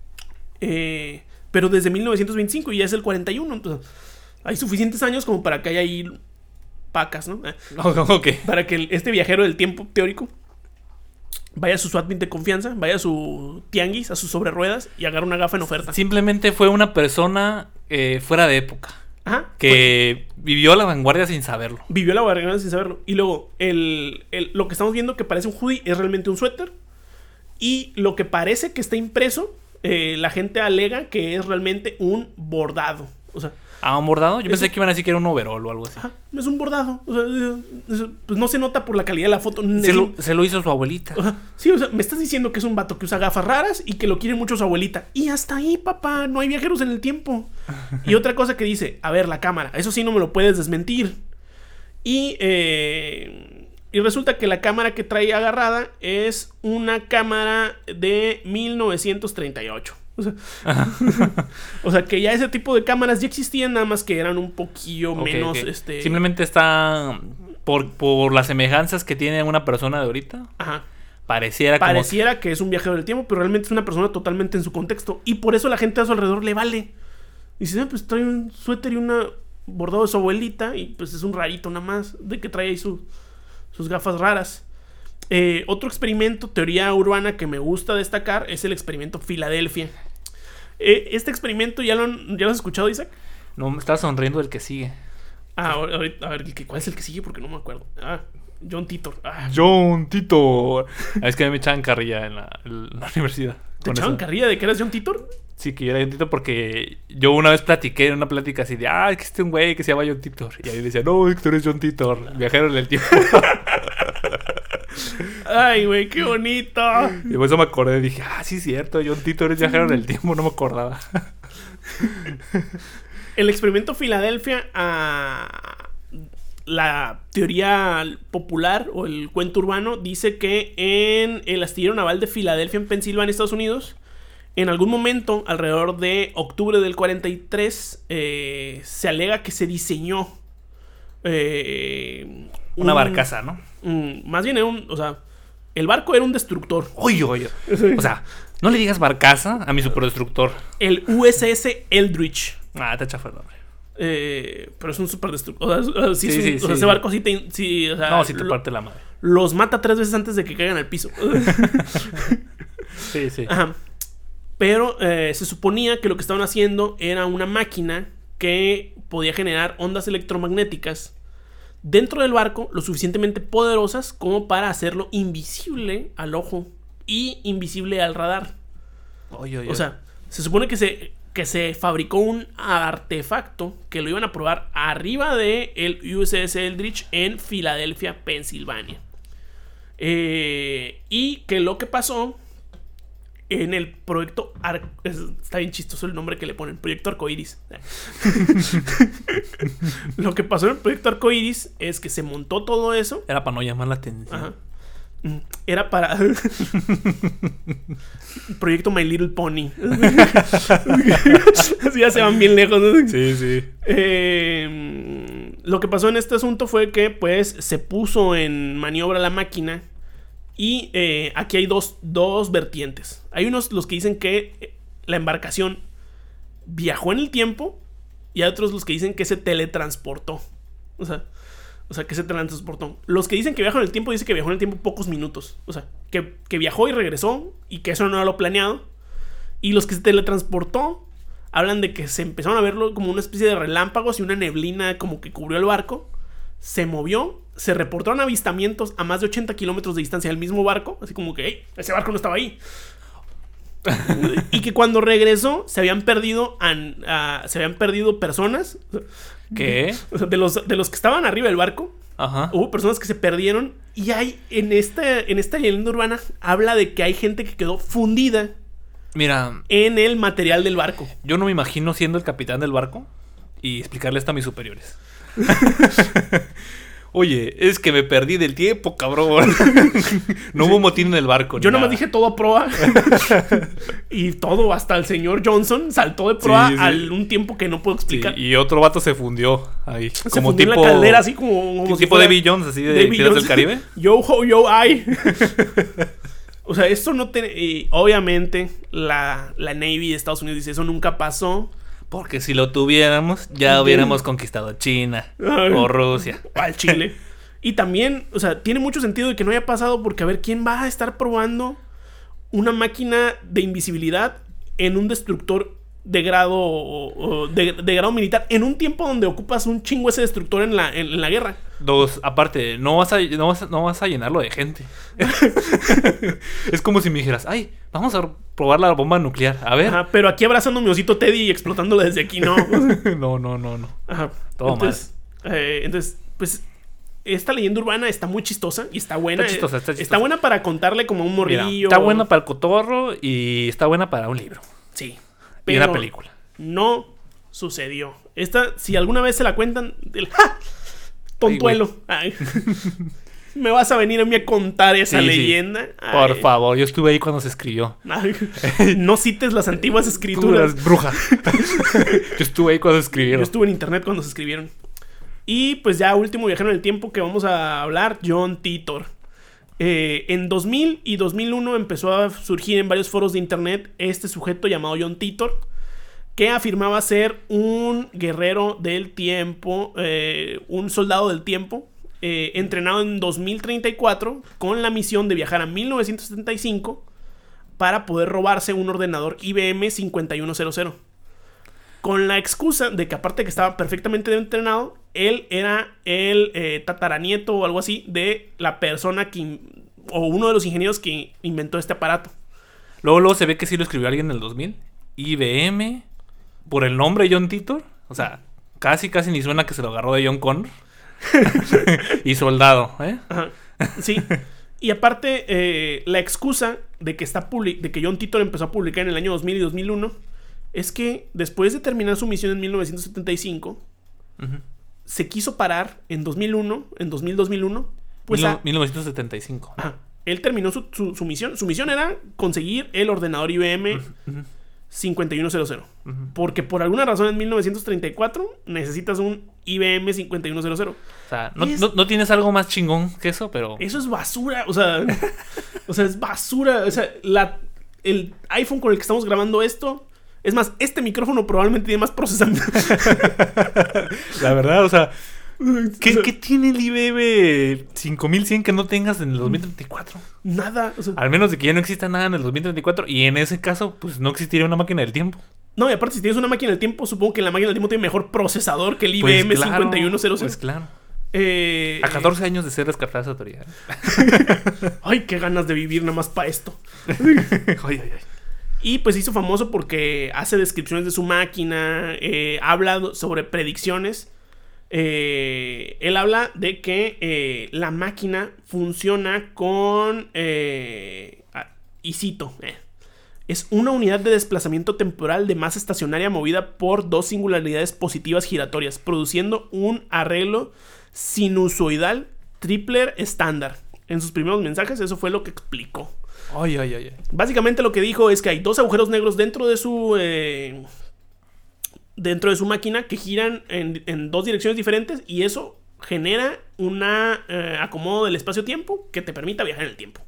Eh, pero desde mil novecientos veinticinco y ya es el cuarenta y uno. Entonces, hay suficientes años como para que haya ahí pacas, ¿no? Ok. Para que el, este viajero del tiempo teórico vaya a su SWAT meet de confianza, vaya a su tianguis, a sus sobre ruedas y agarre una gafa en oferta. Simplemente fue una persona eh, fuera de época. Ajá. Que fue, vivió a la vanguardia sin saberlo. Vivió la vanguardia sin saberlo. Y luego, el, el, lo que estamos viendo que parece un hoodie es realmente un suéter. Y lo que parece que está impreso, eh, la gente alega que es realmente un bordado. O sea, ¿Ah, un bordado? Yo Eso- pensé que iban a decir que era un overol o algo así. ajá, es un bordado. O sea, es- pues no se nota por la calidad de la foto. Se Es lo, un- se lo hizo su abuelita. o sea, sí, o sea, me estás diciendo que es un vato que usa gafas raras y que lo quiere mucho su abuelita. Y hasta ahí, papá, no hay viajeros en el tiempo. Y otra cosa que dice, a ver, la cámara, eso sí no me lo puedes desmentir. Y, eh, y resulta que la cámara que trae agarrada es una cámara de mil novecientos treinta y ocho. O sea, o sea, que ya ese tipo de cámaras ya existían, nada más que eran un poquillo Ok, menos, ok. este... Simplemente está por, por las semejanzas que tiene una persona de ahorita. Ajá. Pareciera, como Pareciera que es un viajero del tiempo, pero realmente es una persona totalmente en su contexto. Y por eso la gente a su alrededor le vale. Dice, ah, pues trae un suéter y una bordado de su abuelita. Y pues es un rarito nada más de que trae ahí su- sus gafas raras. Eh, otro experimento, teoría urbana que me gusta destacar es el experimento Filadelfia. Eh, este experimento, ¿ya lo, han- ¿ya lo has escuchado, Isaac? No, me estaba sonriendo el que sigue. Ah, ahorita- a ver, ¿cuál es el que sigue? Porque no me acuerdo. Ah, John Titor. Ah, John Tito. Es que me echaban carrilla en la, en la universidad. ¿te con echaban eso. carrilla de que eras John Titor? Sí, que yo era John Titor porque yo una vez platiqué en una plática así de, ah, existe un güey que se llama John Titor. Y ahí decía, no, tú eres John Titor, viajero en el tiempo. Ay, güey, qué bonito. Y por eso me acordé, dije, ah, sí es cierto, John Titor es viajero en el tiempo, no me acordaba. El experimento Filadelfia, ah, la teoría popular o el cuento urbano dice que en el astillero naval de Filadelfia, en Pensilvania, Estados Unidos, en algún momento, alrededor de octubre del cuarenta y tres, eh, se alega que se diseñó eh, Una un- barcaza, ¿no? un- más bien era un, o sea, el barco era un destructor. Oye, oye. O sea, no le digas barcaza a mi superdestructor. El U S S Eldridge. Ah, te chafa el nombre. Eh, pero es un super destructor. O sea, o sea, sí, Sí, es un- sí, o sea, sí, ese sí. barco sí te. Sí, o sea, No, si te lo- parte la madre. los mata tres veces antes de que caigan al piso. Sí, sí. Ajá. Pero eh, se suponía que lo que estaban haciendo era una máquina que podía generar ondas electromagnéticas dentro del barco lo suficientemente poderosas como para hacerlo invisible al ojo y invisible al radar. Oye, oye. O sea, se supone que se, que se fabricó un artefacto que lo iban a probar arriba de el U S S Eldridge en Filadelfia, Pensilvania. Eh, y que lo que pasó en el proyecto Ar- es- está bien chistoso el nombre que le ponen, proyecto Arcoiris. Lo que pasó en el proyecto Arcoiris es que se montó todo eso. Era para no llamar la atención. Ajá. Mm, Era para proyecto My Little Pony. Así ya se van bien lejos, ¿no? Sí, sí. Eh, lo que pasó en este asunto fue que pues se puso en maniobra la máquina. Y eh, aquí hay dos, dos vertientes. Hay unos los que dicen que la embarcación viajó en el tiempo. Y hay otros los que dicen que se teletransportó. O sea, o sea que se teletransportó. Los que dicen que viajó en el tiempo dicen que viajó en el tiempo pocos minutos. O sea, que, que viajó y regresó. Y que eso no era lo planeado. Y los que se teletransportó hablan de que se empezaron a verlo como una especie de relámpagos y una neblina como que cubrió el barco. Se movió. Se reportaron avistamientos a más de ochenta kilómetros de distancia del mismo barco. Así como que, hey, ese barco no estaba ahí. Y que cuando regresó se habían perdido an- a- se habían perdido personas. ¿Qué? O sea, de los, de los que estaban arriba del barco, Ajá. hubo personas que se perdieron. Y hay en esta, en esta leyenda urbana habla de que hay gente que quedó fundida Mira, en el material del barco. yo no me imagino siendo el capitán del barco y explicarle esto a mis superiores. Oye, es que me perdí del tiempo, cabrón. No hubo motín en el barco. Yo nada. nomás dije todo a proa. Y todo, hasta el señor Johnson saltó de proa Sí, sí. a un tiempo que no puedo Sí, explicar. y otro vato se fundió ahí. Se como fundió tipo, en la caldera, así como... como tipo si fuera Davy Jones, así de Davy Piratas Jones. del Caribe. Yo ho, yo I. O sea, esto no tiene... y obviamente, la, la Navy de Estados Unidos dice, eso nunca pasó. Porque si lo tuviéramos, ya hubiéramos conquistado China Ay. o Rusia. Al Chile. Y también, o sea, tiene mucho sentido de que no haya pasado porque, a ver, ¿quién va a estar probando una máquina de invisibilidad en un destructor de grado o, o de, de grado militar en un tiempo donde ocupas un chingo ese destructor en la, en, en la guerra? Dos, aparte, no vas a, no vas a, no vas a llenarlo de gente. Es como si me dijeras, ay, vamos a probar la bomba nuclear. A ver. Ajá, pero aquí abrazando a mi osito Teddy y explotándolo desde aquí, no. No, no, no, no. Ajá. Todo entonces, eh, entonces, pues, esta leyenda urbana está muy chistosa y está buena. Está chistosa, está chistosa. Está buena para contarle como a un Mira, morrillo. está buena para el cotorro y está buena para un libro. Sí. Y una película. No sucedió. Esta, si alguna vez se la cuentan, del ¡ja! Tontuelo. Ay, me vas a venir a mí a contar esa Sí, sí. leyenda. Por Ay, favor, yo estuve ahí cuando se escribió. ay, no cites las antiguas Tú escrituras. eres bruja. Yo estuve ahí cuando Yo escribieron. estuve en internet cuando se escribieron. Y pues ya último viajero en el tiempo que vamos a hablar, John Titor. Eh, en dos mil y dos mil uno empezó a surgir en varios foros de internet este sujeto llamado John Titor, que afirmaba ser un guerrero del tiempo, eh, un soldado del tiempo, eh, entrenado en dos mil treinta y cuatro con la misión de viajar a mil novecientos setenta y cinco para poder robarse un ordenador I B M cincuenta y uno cero cero. Con la excusa de que aparte de que estaba perfectamente entrenado, él era el eh, tataranieto o algo así de la persona que... o uno de los ingenieros que inventó este aparato. Luego, luego se ve que sí lo escribió alguien en el dos mil. I B M, por el nombre John Titor. O sea, casi, casi ni suena que se lo agarró de John Connor. Y soldado, ¿eh? Ajá. Sí. Y aparte, eh, la excusa de que, está public- de que John Titor empezó a publicar en el año dos mil y dos mil uno es que después de terminar su misión en mil novecientos setenta y cinco, Uh-huh. se quiso parar en dos mil uno, en dos mil dos mil uno. Pues Mil- a- mil novecientos setenta y cinco. Ajá. Él terminó su, su, su misión. Su misión era conseguir el ordenador I B M cincuenta y uno cero cero. Uh-huh. Porque por alguna razón en mil novecientos treinta y cuatro necesitas un I B M cincuenta y uno cero cero. O sea, no, Es- no, no tienes algo más chingón que eso, pero... Eso es basura. O sea, o sea, es basura. O sea, la, el iPhone con el que estamos grabando esto. Es más, este micrófono probablemente tiene más procesamiento. La verdad, o sea... O ¿Qué, sea, ¿Qué tiene el I B M cinco mil cien que no tengas en el dos mil treinta y cuatro? Nada. O sea, Al menos de que ya no exista nada en el dos mil treinta y cuatro. Y en ese caso, pues no existiría una máquina del tiempo. no, y aparte, si tienes una máquina del tiempo, supongo que la máquina del tiempo tiene mejor procesador que el Pues I B M claro, cincuenta y uno cero cero. Pues claro. Eh, A catorce años de ser descartada esa teoría. Ay, qué ganas de vivir nada más para esto. Ay, ay, ay. Y pues se hizo famoso porque hace descripciones de su máquina, eh, habla sobre predicciones. Eh, él habla de que eh, la máquina funciona con... Eh, ah, y cito, eh, es una unidad de desplazamiento temporal de masa estacionaria movida por dos singularidades positivas giratorias, produciendo un arreglo sinusoidal Tripler estándar. En sus primeros mensajes eso fue lo que explicó. Ay, ay, ay, ay. Básicamente lo que dijo es que hay dos agujeros negros dentro de su eh, dentro de su máquina que giran en, en dos direcciones diferentes y eso genera un eh, acomodo del espacio-tiempo que te permita viajar en el tiempo.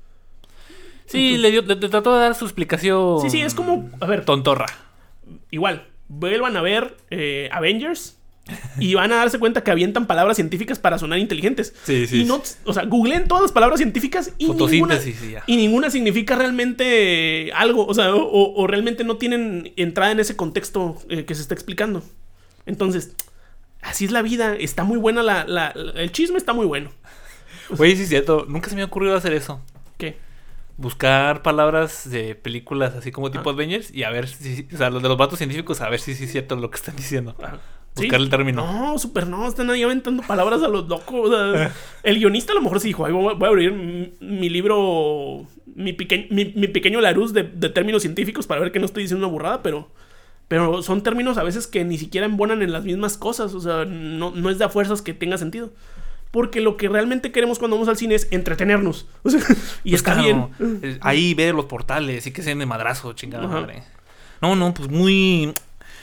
Sí, le, dio, le, le trató de dar su explicación. Sí, sí, es como, a ver, Tontorra. igual, vuelvan a ver eh, Avengers y van a darse cuenta que avientan palabras científicas para sonar inteligentes. Sí, sí, Y no, o sea, googleen todas las palabras científicas y ninguna, Fotosíntesis y ya. y ninguna significa realmente algo, o sea, o, o realmente no tienen entrada en ese contexto eh, que se está explicando. Entonces, así es la vida. Está muy buena la, la, la- el chisme está muy bueno. Oye, sí es cierto. Nunca se me ha ocurrido hacer eso. ¿Qué? Buscar palabras de películas así como tipo Ah. Avengers y a ver si... O sea, los de los vatos científicos, a ver si sí es cierto lo que están diciendo. Ajá. Buscar el término. No, súper no, están ahí aventando palabras a los locos. O sea, el guionista a lo mejor sí dijo, "Ay, voy, voy a abrir mi, mi libro, mi, peque, mi, mi pequeño Larousse de, de términos científicos para ver que no estoy diciendo una burrada, pero, pero son términos a veces que ni siquiera embonan en las mismas cosas. O sea, no, no es de a fuerzas que tenga sentido. Porque lo que realmente queremos cuando vamos al cine es entretenernos. O sea, y Pues está claro, bien. eh, Ahí ver los portales y que sean de madrazo, chingada Ajá. madre. No, no, pues muy...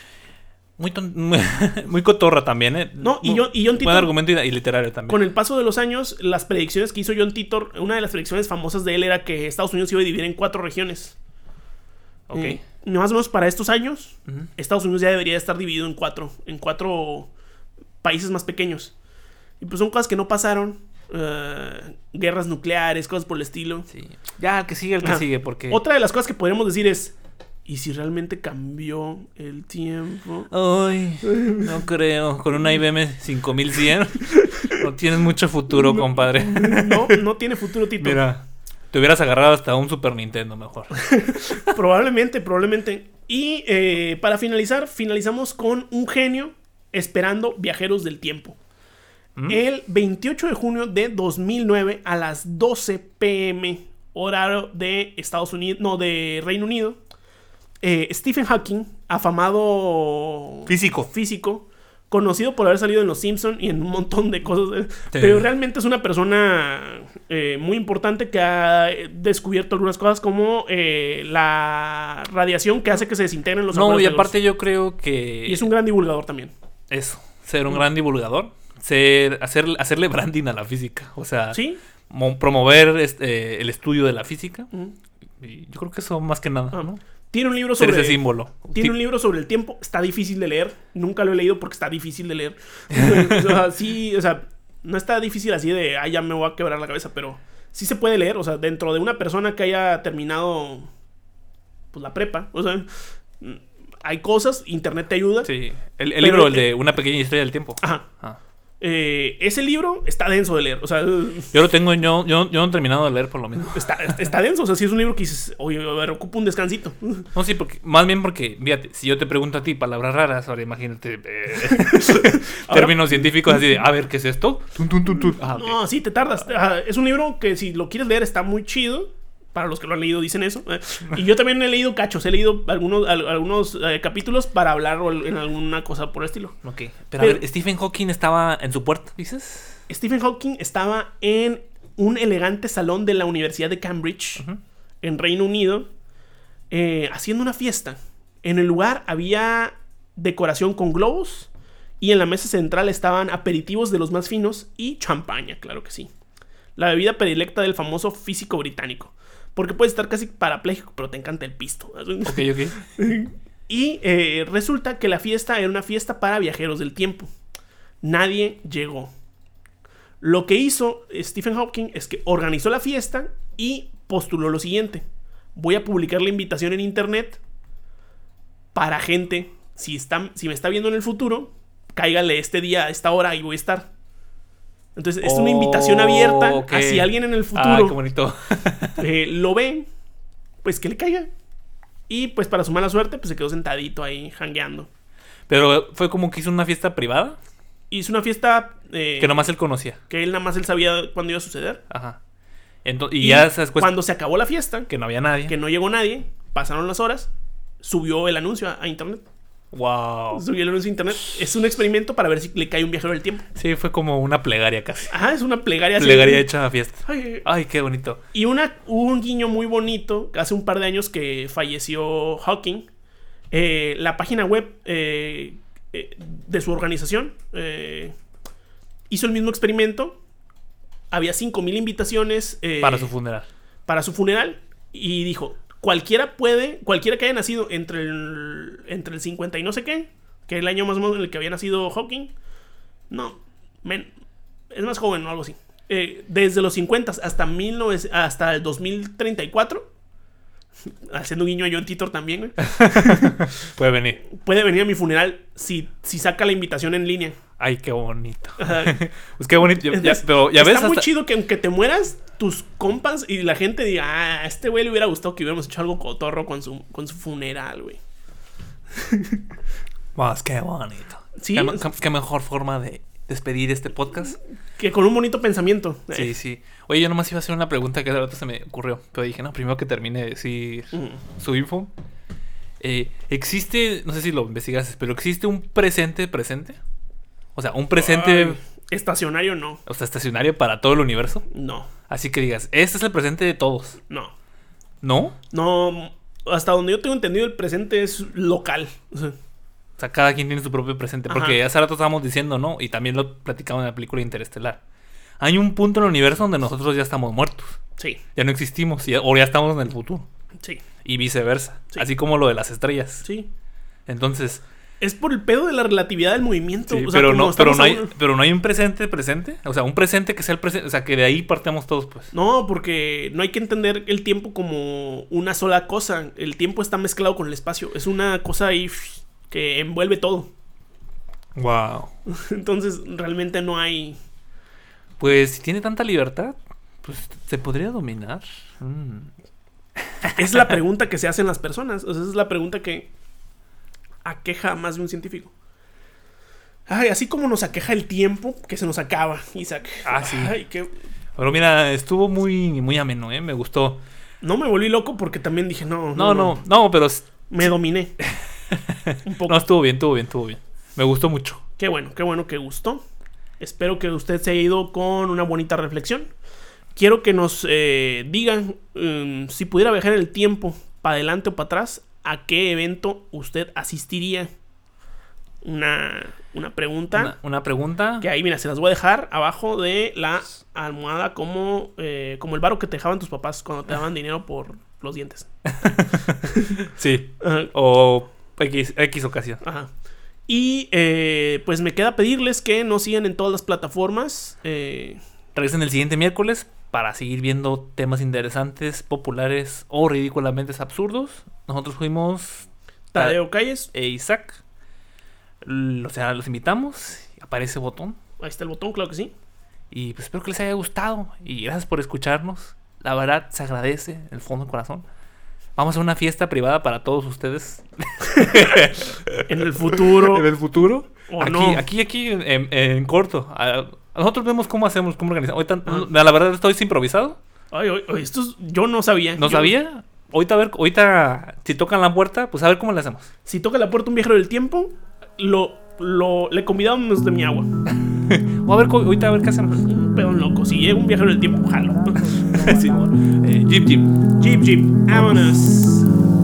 Muy, ton- muy, muy cotorra también, ¿eh? No, y Muy- John- y John buen Titor- argumento y, y literario también. Con el paso de los años, las predicciones que hizo John Titor, una de las predicciones famosas de él era que Estados Unidos se iba a dividir en cuatro regiones. Ok. Eh, más o menos para estos años, Ujú. Estados Unidos ya debería estar dividido en cuatro, en cuatro países más pequeños. Y pues son cosas que no pasaron. eh, guerras nucleares, cosas por el estilo. Sí. Ya, el que sigue, el que Ajá. sigue, porque... Otra de las cosas que podríamos decir es, ¿y si realmente cambió el tiempo? Ay, no creo. Con una I B M cinco mil cien no tienes mucho futuro, No. compadre. No, no tiene futuro, Tito. Mira, te hubieras agarrado hasta un Super Nintendo mejor. Probablemente, probablemente. Y eh, para finalizar, finalizamos con un genio esperando viajeros del tiempo. ¿Mm? El veintiocho de junio de dos mil nueve a las doce pm, horario de Estados Unidos, no, de Reino Unido, eh, Stephen Hawking, afamado Físico. físico, conocido por haber salido en Los Simpson y en un montón de cosas, eh, Sí. pero realmente es una persona eh, muy importante que ha descubierto algunas cosas como eh, la radiación que hace que se desintegren los No, agujeros y negros. aparte yo creo que... Y es un gran divulgador también. Eso, ser un gran divulgador. Ser, hacer, hacerle branding a la física. O sea, ¿Sí? mo- promover este, el estudio de la física. Ujú. Y yo creo que eso más que nada, Ah, ¿no? Tiene un libro Ser sobre ese símbolo. Tiene Ti- un libro sobre el tiempo, está difícil de leer. Nunca lo he leído porque está difícil de leer. O sea, sí, o sea, no está difícil así de, ah, ya me voy a quebrar la cabeza, pero sí se puede leer. O sea, dentro de una persona que haya terminado, pues, la prepa, o sea, hay cosas, internet te ayuda. Sí, el, el Pero- libro, el de Una pequeña historia del tiempo. Ajá. Ah. Eh, ese libro está denso de leer. O sea, Yo lo tengo, yo, yo, yo no he terminado de leer por lo mismo. está, está denso. O sea, sí es un libro que dices, oye, a ver, ocupa un descansito. No, sí, porque, más bien porque, fíjate, si yo te pregunto a ti palabras raras, ahora imagínate eh, términos científicos así de, a ver, ¿qué es esto? Tun, tun, tun, tun. Ah, ok. No, sí, te tardas. Ajá, es un libro que si lo quieres leer está muy chido. Para los que lo han leído dicen eso. Eh, Y yo también he leído cachos. He leído algunos, al- algunos eh, capítulos para hablar o en alguna cosa por el estilo. Ok, pero, Pero- a ver, Stephen Hawking estaba en su puerta, ¿dices? Stephen Hawking estaba en un elegante salón de la Universidad de Cambridge, Ujú. en Reino Unido, eh, haciendo una fiesta. En el lugar había decoración con globos y en la mesa central estaban aperitivos de los más finos y champaña, claro que sí. La bebida predilecta del famoso físico británico. Porque puedes estar casi parapléjico, pero te encanta el pisto. Ok, ok. Y eh, resulta que la fiesta era una fiesta para viajeros del tiempo. Nadie llegó. Lo que hizo Stephen Hawking es que organizó la fiesta y postuló lo siguiente. Voy a publicar la invitación en internet para gente, si, está, si me está viendo en el futuro, cáigale este día a esta hora y voy a estar. Entonces es una invitación abierta ok. a si alguien en el Ah, futuro qué bonito. eh, lo ve, pues que le caiga. Y pues para su mala suerte, pues se quedó sentadito ahí, jangueando. Pero fue como que hizo una fiesta privada Hizo una fiesta eh, que nomás él conocía. que él nada más él sabía cuándo iba a suceder. Ajá. Entonces, y, ya se después cuando se acabó la fiesta, que no había nadie. que no llegó nadie, pasaron las horas, subió el anuncio a, a internet. Wow. Subió el anuncio a internet. Es un experimento para ver si le cae un viajero del tiempo. Sí, fue como una plegaria casi. Ajá, es una plegaria así. Plegaria hecha a fiesta. Ay, Ay, qué bonito. y una, hubo un guiño muy bonito. Hace un par de años que falleció Hawking. Eh, la página web eh, eh, de su organización eh, hizo el mismo experimento. Había cinco mil invitaciones eh, Para su funeral. para su funeral. Y dijo, cualquiera puede, cualquiera que haya nacido entre el, entre el cincuenta y no sé qué, que es el año más o menos en el que había nacido Hawking. No, men, es más joven o algo así. Eh, desde los cincuenta hasta, mil novecientos, hasta el dos mil treinta y cuatro, haciendo guiño a John Titor también, güey, Puede venir. puede venir a mi funeral si, si saca la invitación en línea. Ay, qué bonito. Ajá. Pues qué bonito. Ya, ya- pero ya Está ves muy hasta... chido que aunque te mueras, tus compas y la gente diga, ah, a este güey le hubiera gustado que hubiéramos hecho algo cotorro con su, con su funeral, güey. Más qué bonito. Sí, Qué, es- qué- qué mejor forma de despedir este podcast. Que con un bonito pensamiento. Sí, Eh, sí. Oye, yo nomás iba a hacer una pregunta que de rato se me ocurrió. Pero dije, no, primero que termine de decir ujú. su info. Eh, existe, no sé si lo investigaste, pero existe un presente presente. O sea, un presente Ay, Estacionario no. O sea, estacionario para todo el universo. No. Así que digas, este es el presente de todos. No. ¿No? No. Hasta donde yo tengo entendido, el presente es local. O sea, O sea, cada quien tiene su propio presente. Porque Ajá. hace rato estábamos diciendo, ¿no? Y también lo platicamos en la película Interestelar. Hay un punto en el universo donde nosotros ya estamos muertos. sí. Ya no existimos. y- O ya estamos en el futuro. Sí. Y viceversa. Sí. Así como lo de las estrellas. Sí. Entonces... Es por el pedo de la relatividad del movimiento. sí, o sea, pero, como no, pero, estamos no hay, ahora- pero no hay un presente presente. O sea, un presente que sea el presente. O sea, que de ahí partamos todos, pues. No, porque no hay que entender el tiempo como una sola cosa. El tiempo está mezclado con el espacio. Es una cosa ahí pf, que envuelve todo. Wow. Entonces, realmente no hay... Pues si tiene tanta libertad, pues se podría dominar. Mm. Es la pregunta que se hacen las personas. O sea, esa es la pregunta que aqueja a más de un científico. Ay, así como nos aqueja el tiempo, que se nos acaba, Isaac. Ah, sí. Ay, qué... Pero mira, estuvo muy, muy ameno, ¿eh? Me gustó. No me volví loco porque también dije, no, No, no, no, pero s- Me dominé. Un poco. no, estuvo bien, estuvo bien, estuvo bien. Me gustó mucho. Qué bueno, qué bueno que gustó. Espero que usted se haya ido con una bonita reflexión. Quiero que nos eh, digan um, si pudiera viajar en el tiempo, para adelante o para atrás, ¿a qué evento usted asistiría? Una, una pregunta. Una, una pregunta. Que ahí, mira, se las voy a dejar abajo de la almohada como, eh, como el varo que te dejaban tus papás cuando te daban dinero por los dientes. Sí. Ajá. O X, X ocasión. Ajá. Y eh, pues me queda pedirles que nos sigan en todas las plataformas. Eh, Regresen el siguiente miércoles para seguir viendo temas interesantes, populares o ridículamente absurdos. Nosotros fuimos Tadeo Calles. e Isaac. L- O sea, los invitamos. Aparece botón. Ahí está el botón, claro que sí. Y pues espero que les haya gustado. Y gracias por escucharnos. La verdad se agradece en el fondo del corazón. Vamos a una fiesta privada para todos ustedes. En el futuro. ¿En el futuro? O aquí, no. aquí, aquí, en, en- en corto. A, a nosotros vemos cómo hacemos, cómo organizamos. Ahorita, la verdad, estoy improvisado. Ay, ay, ay, esto es- yo no sabía. No Yo- sabía. Ahorita, a ver, ahorita, si tocan la puerta, pues a ver cómo le hacemos. Si toca la puerta un viajero del tiempo, lo, lo le convidamos de mi agua. O a ver, co- ahorita a ver qué hacemos. Un pedón loco. Si llega un viajero del tiempo, jalo. Sí, bueno. eh, Jeep, Jeep. Jeep, jeep, vámonos.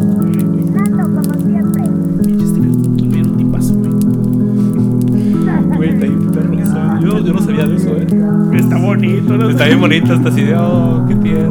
Pinches tuvieron un tipazo, güey. Güey, está bien perro eso. Yo, yo no sabía de eso, eh. Está bonito, ¿no? Está bien bonito hasta así de, oh, qué tierno.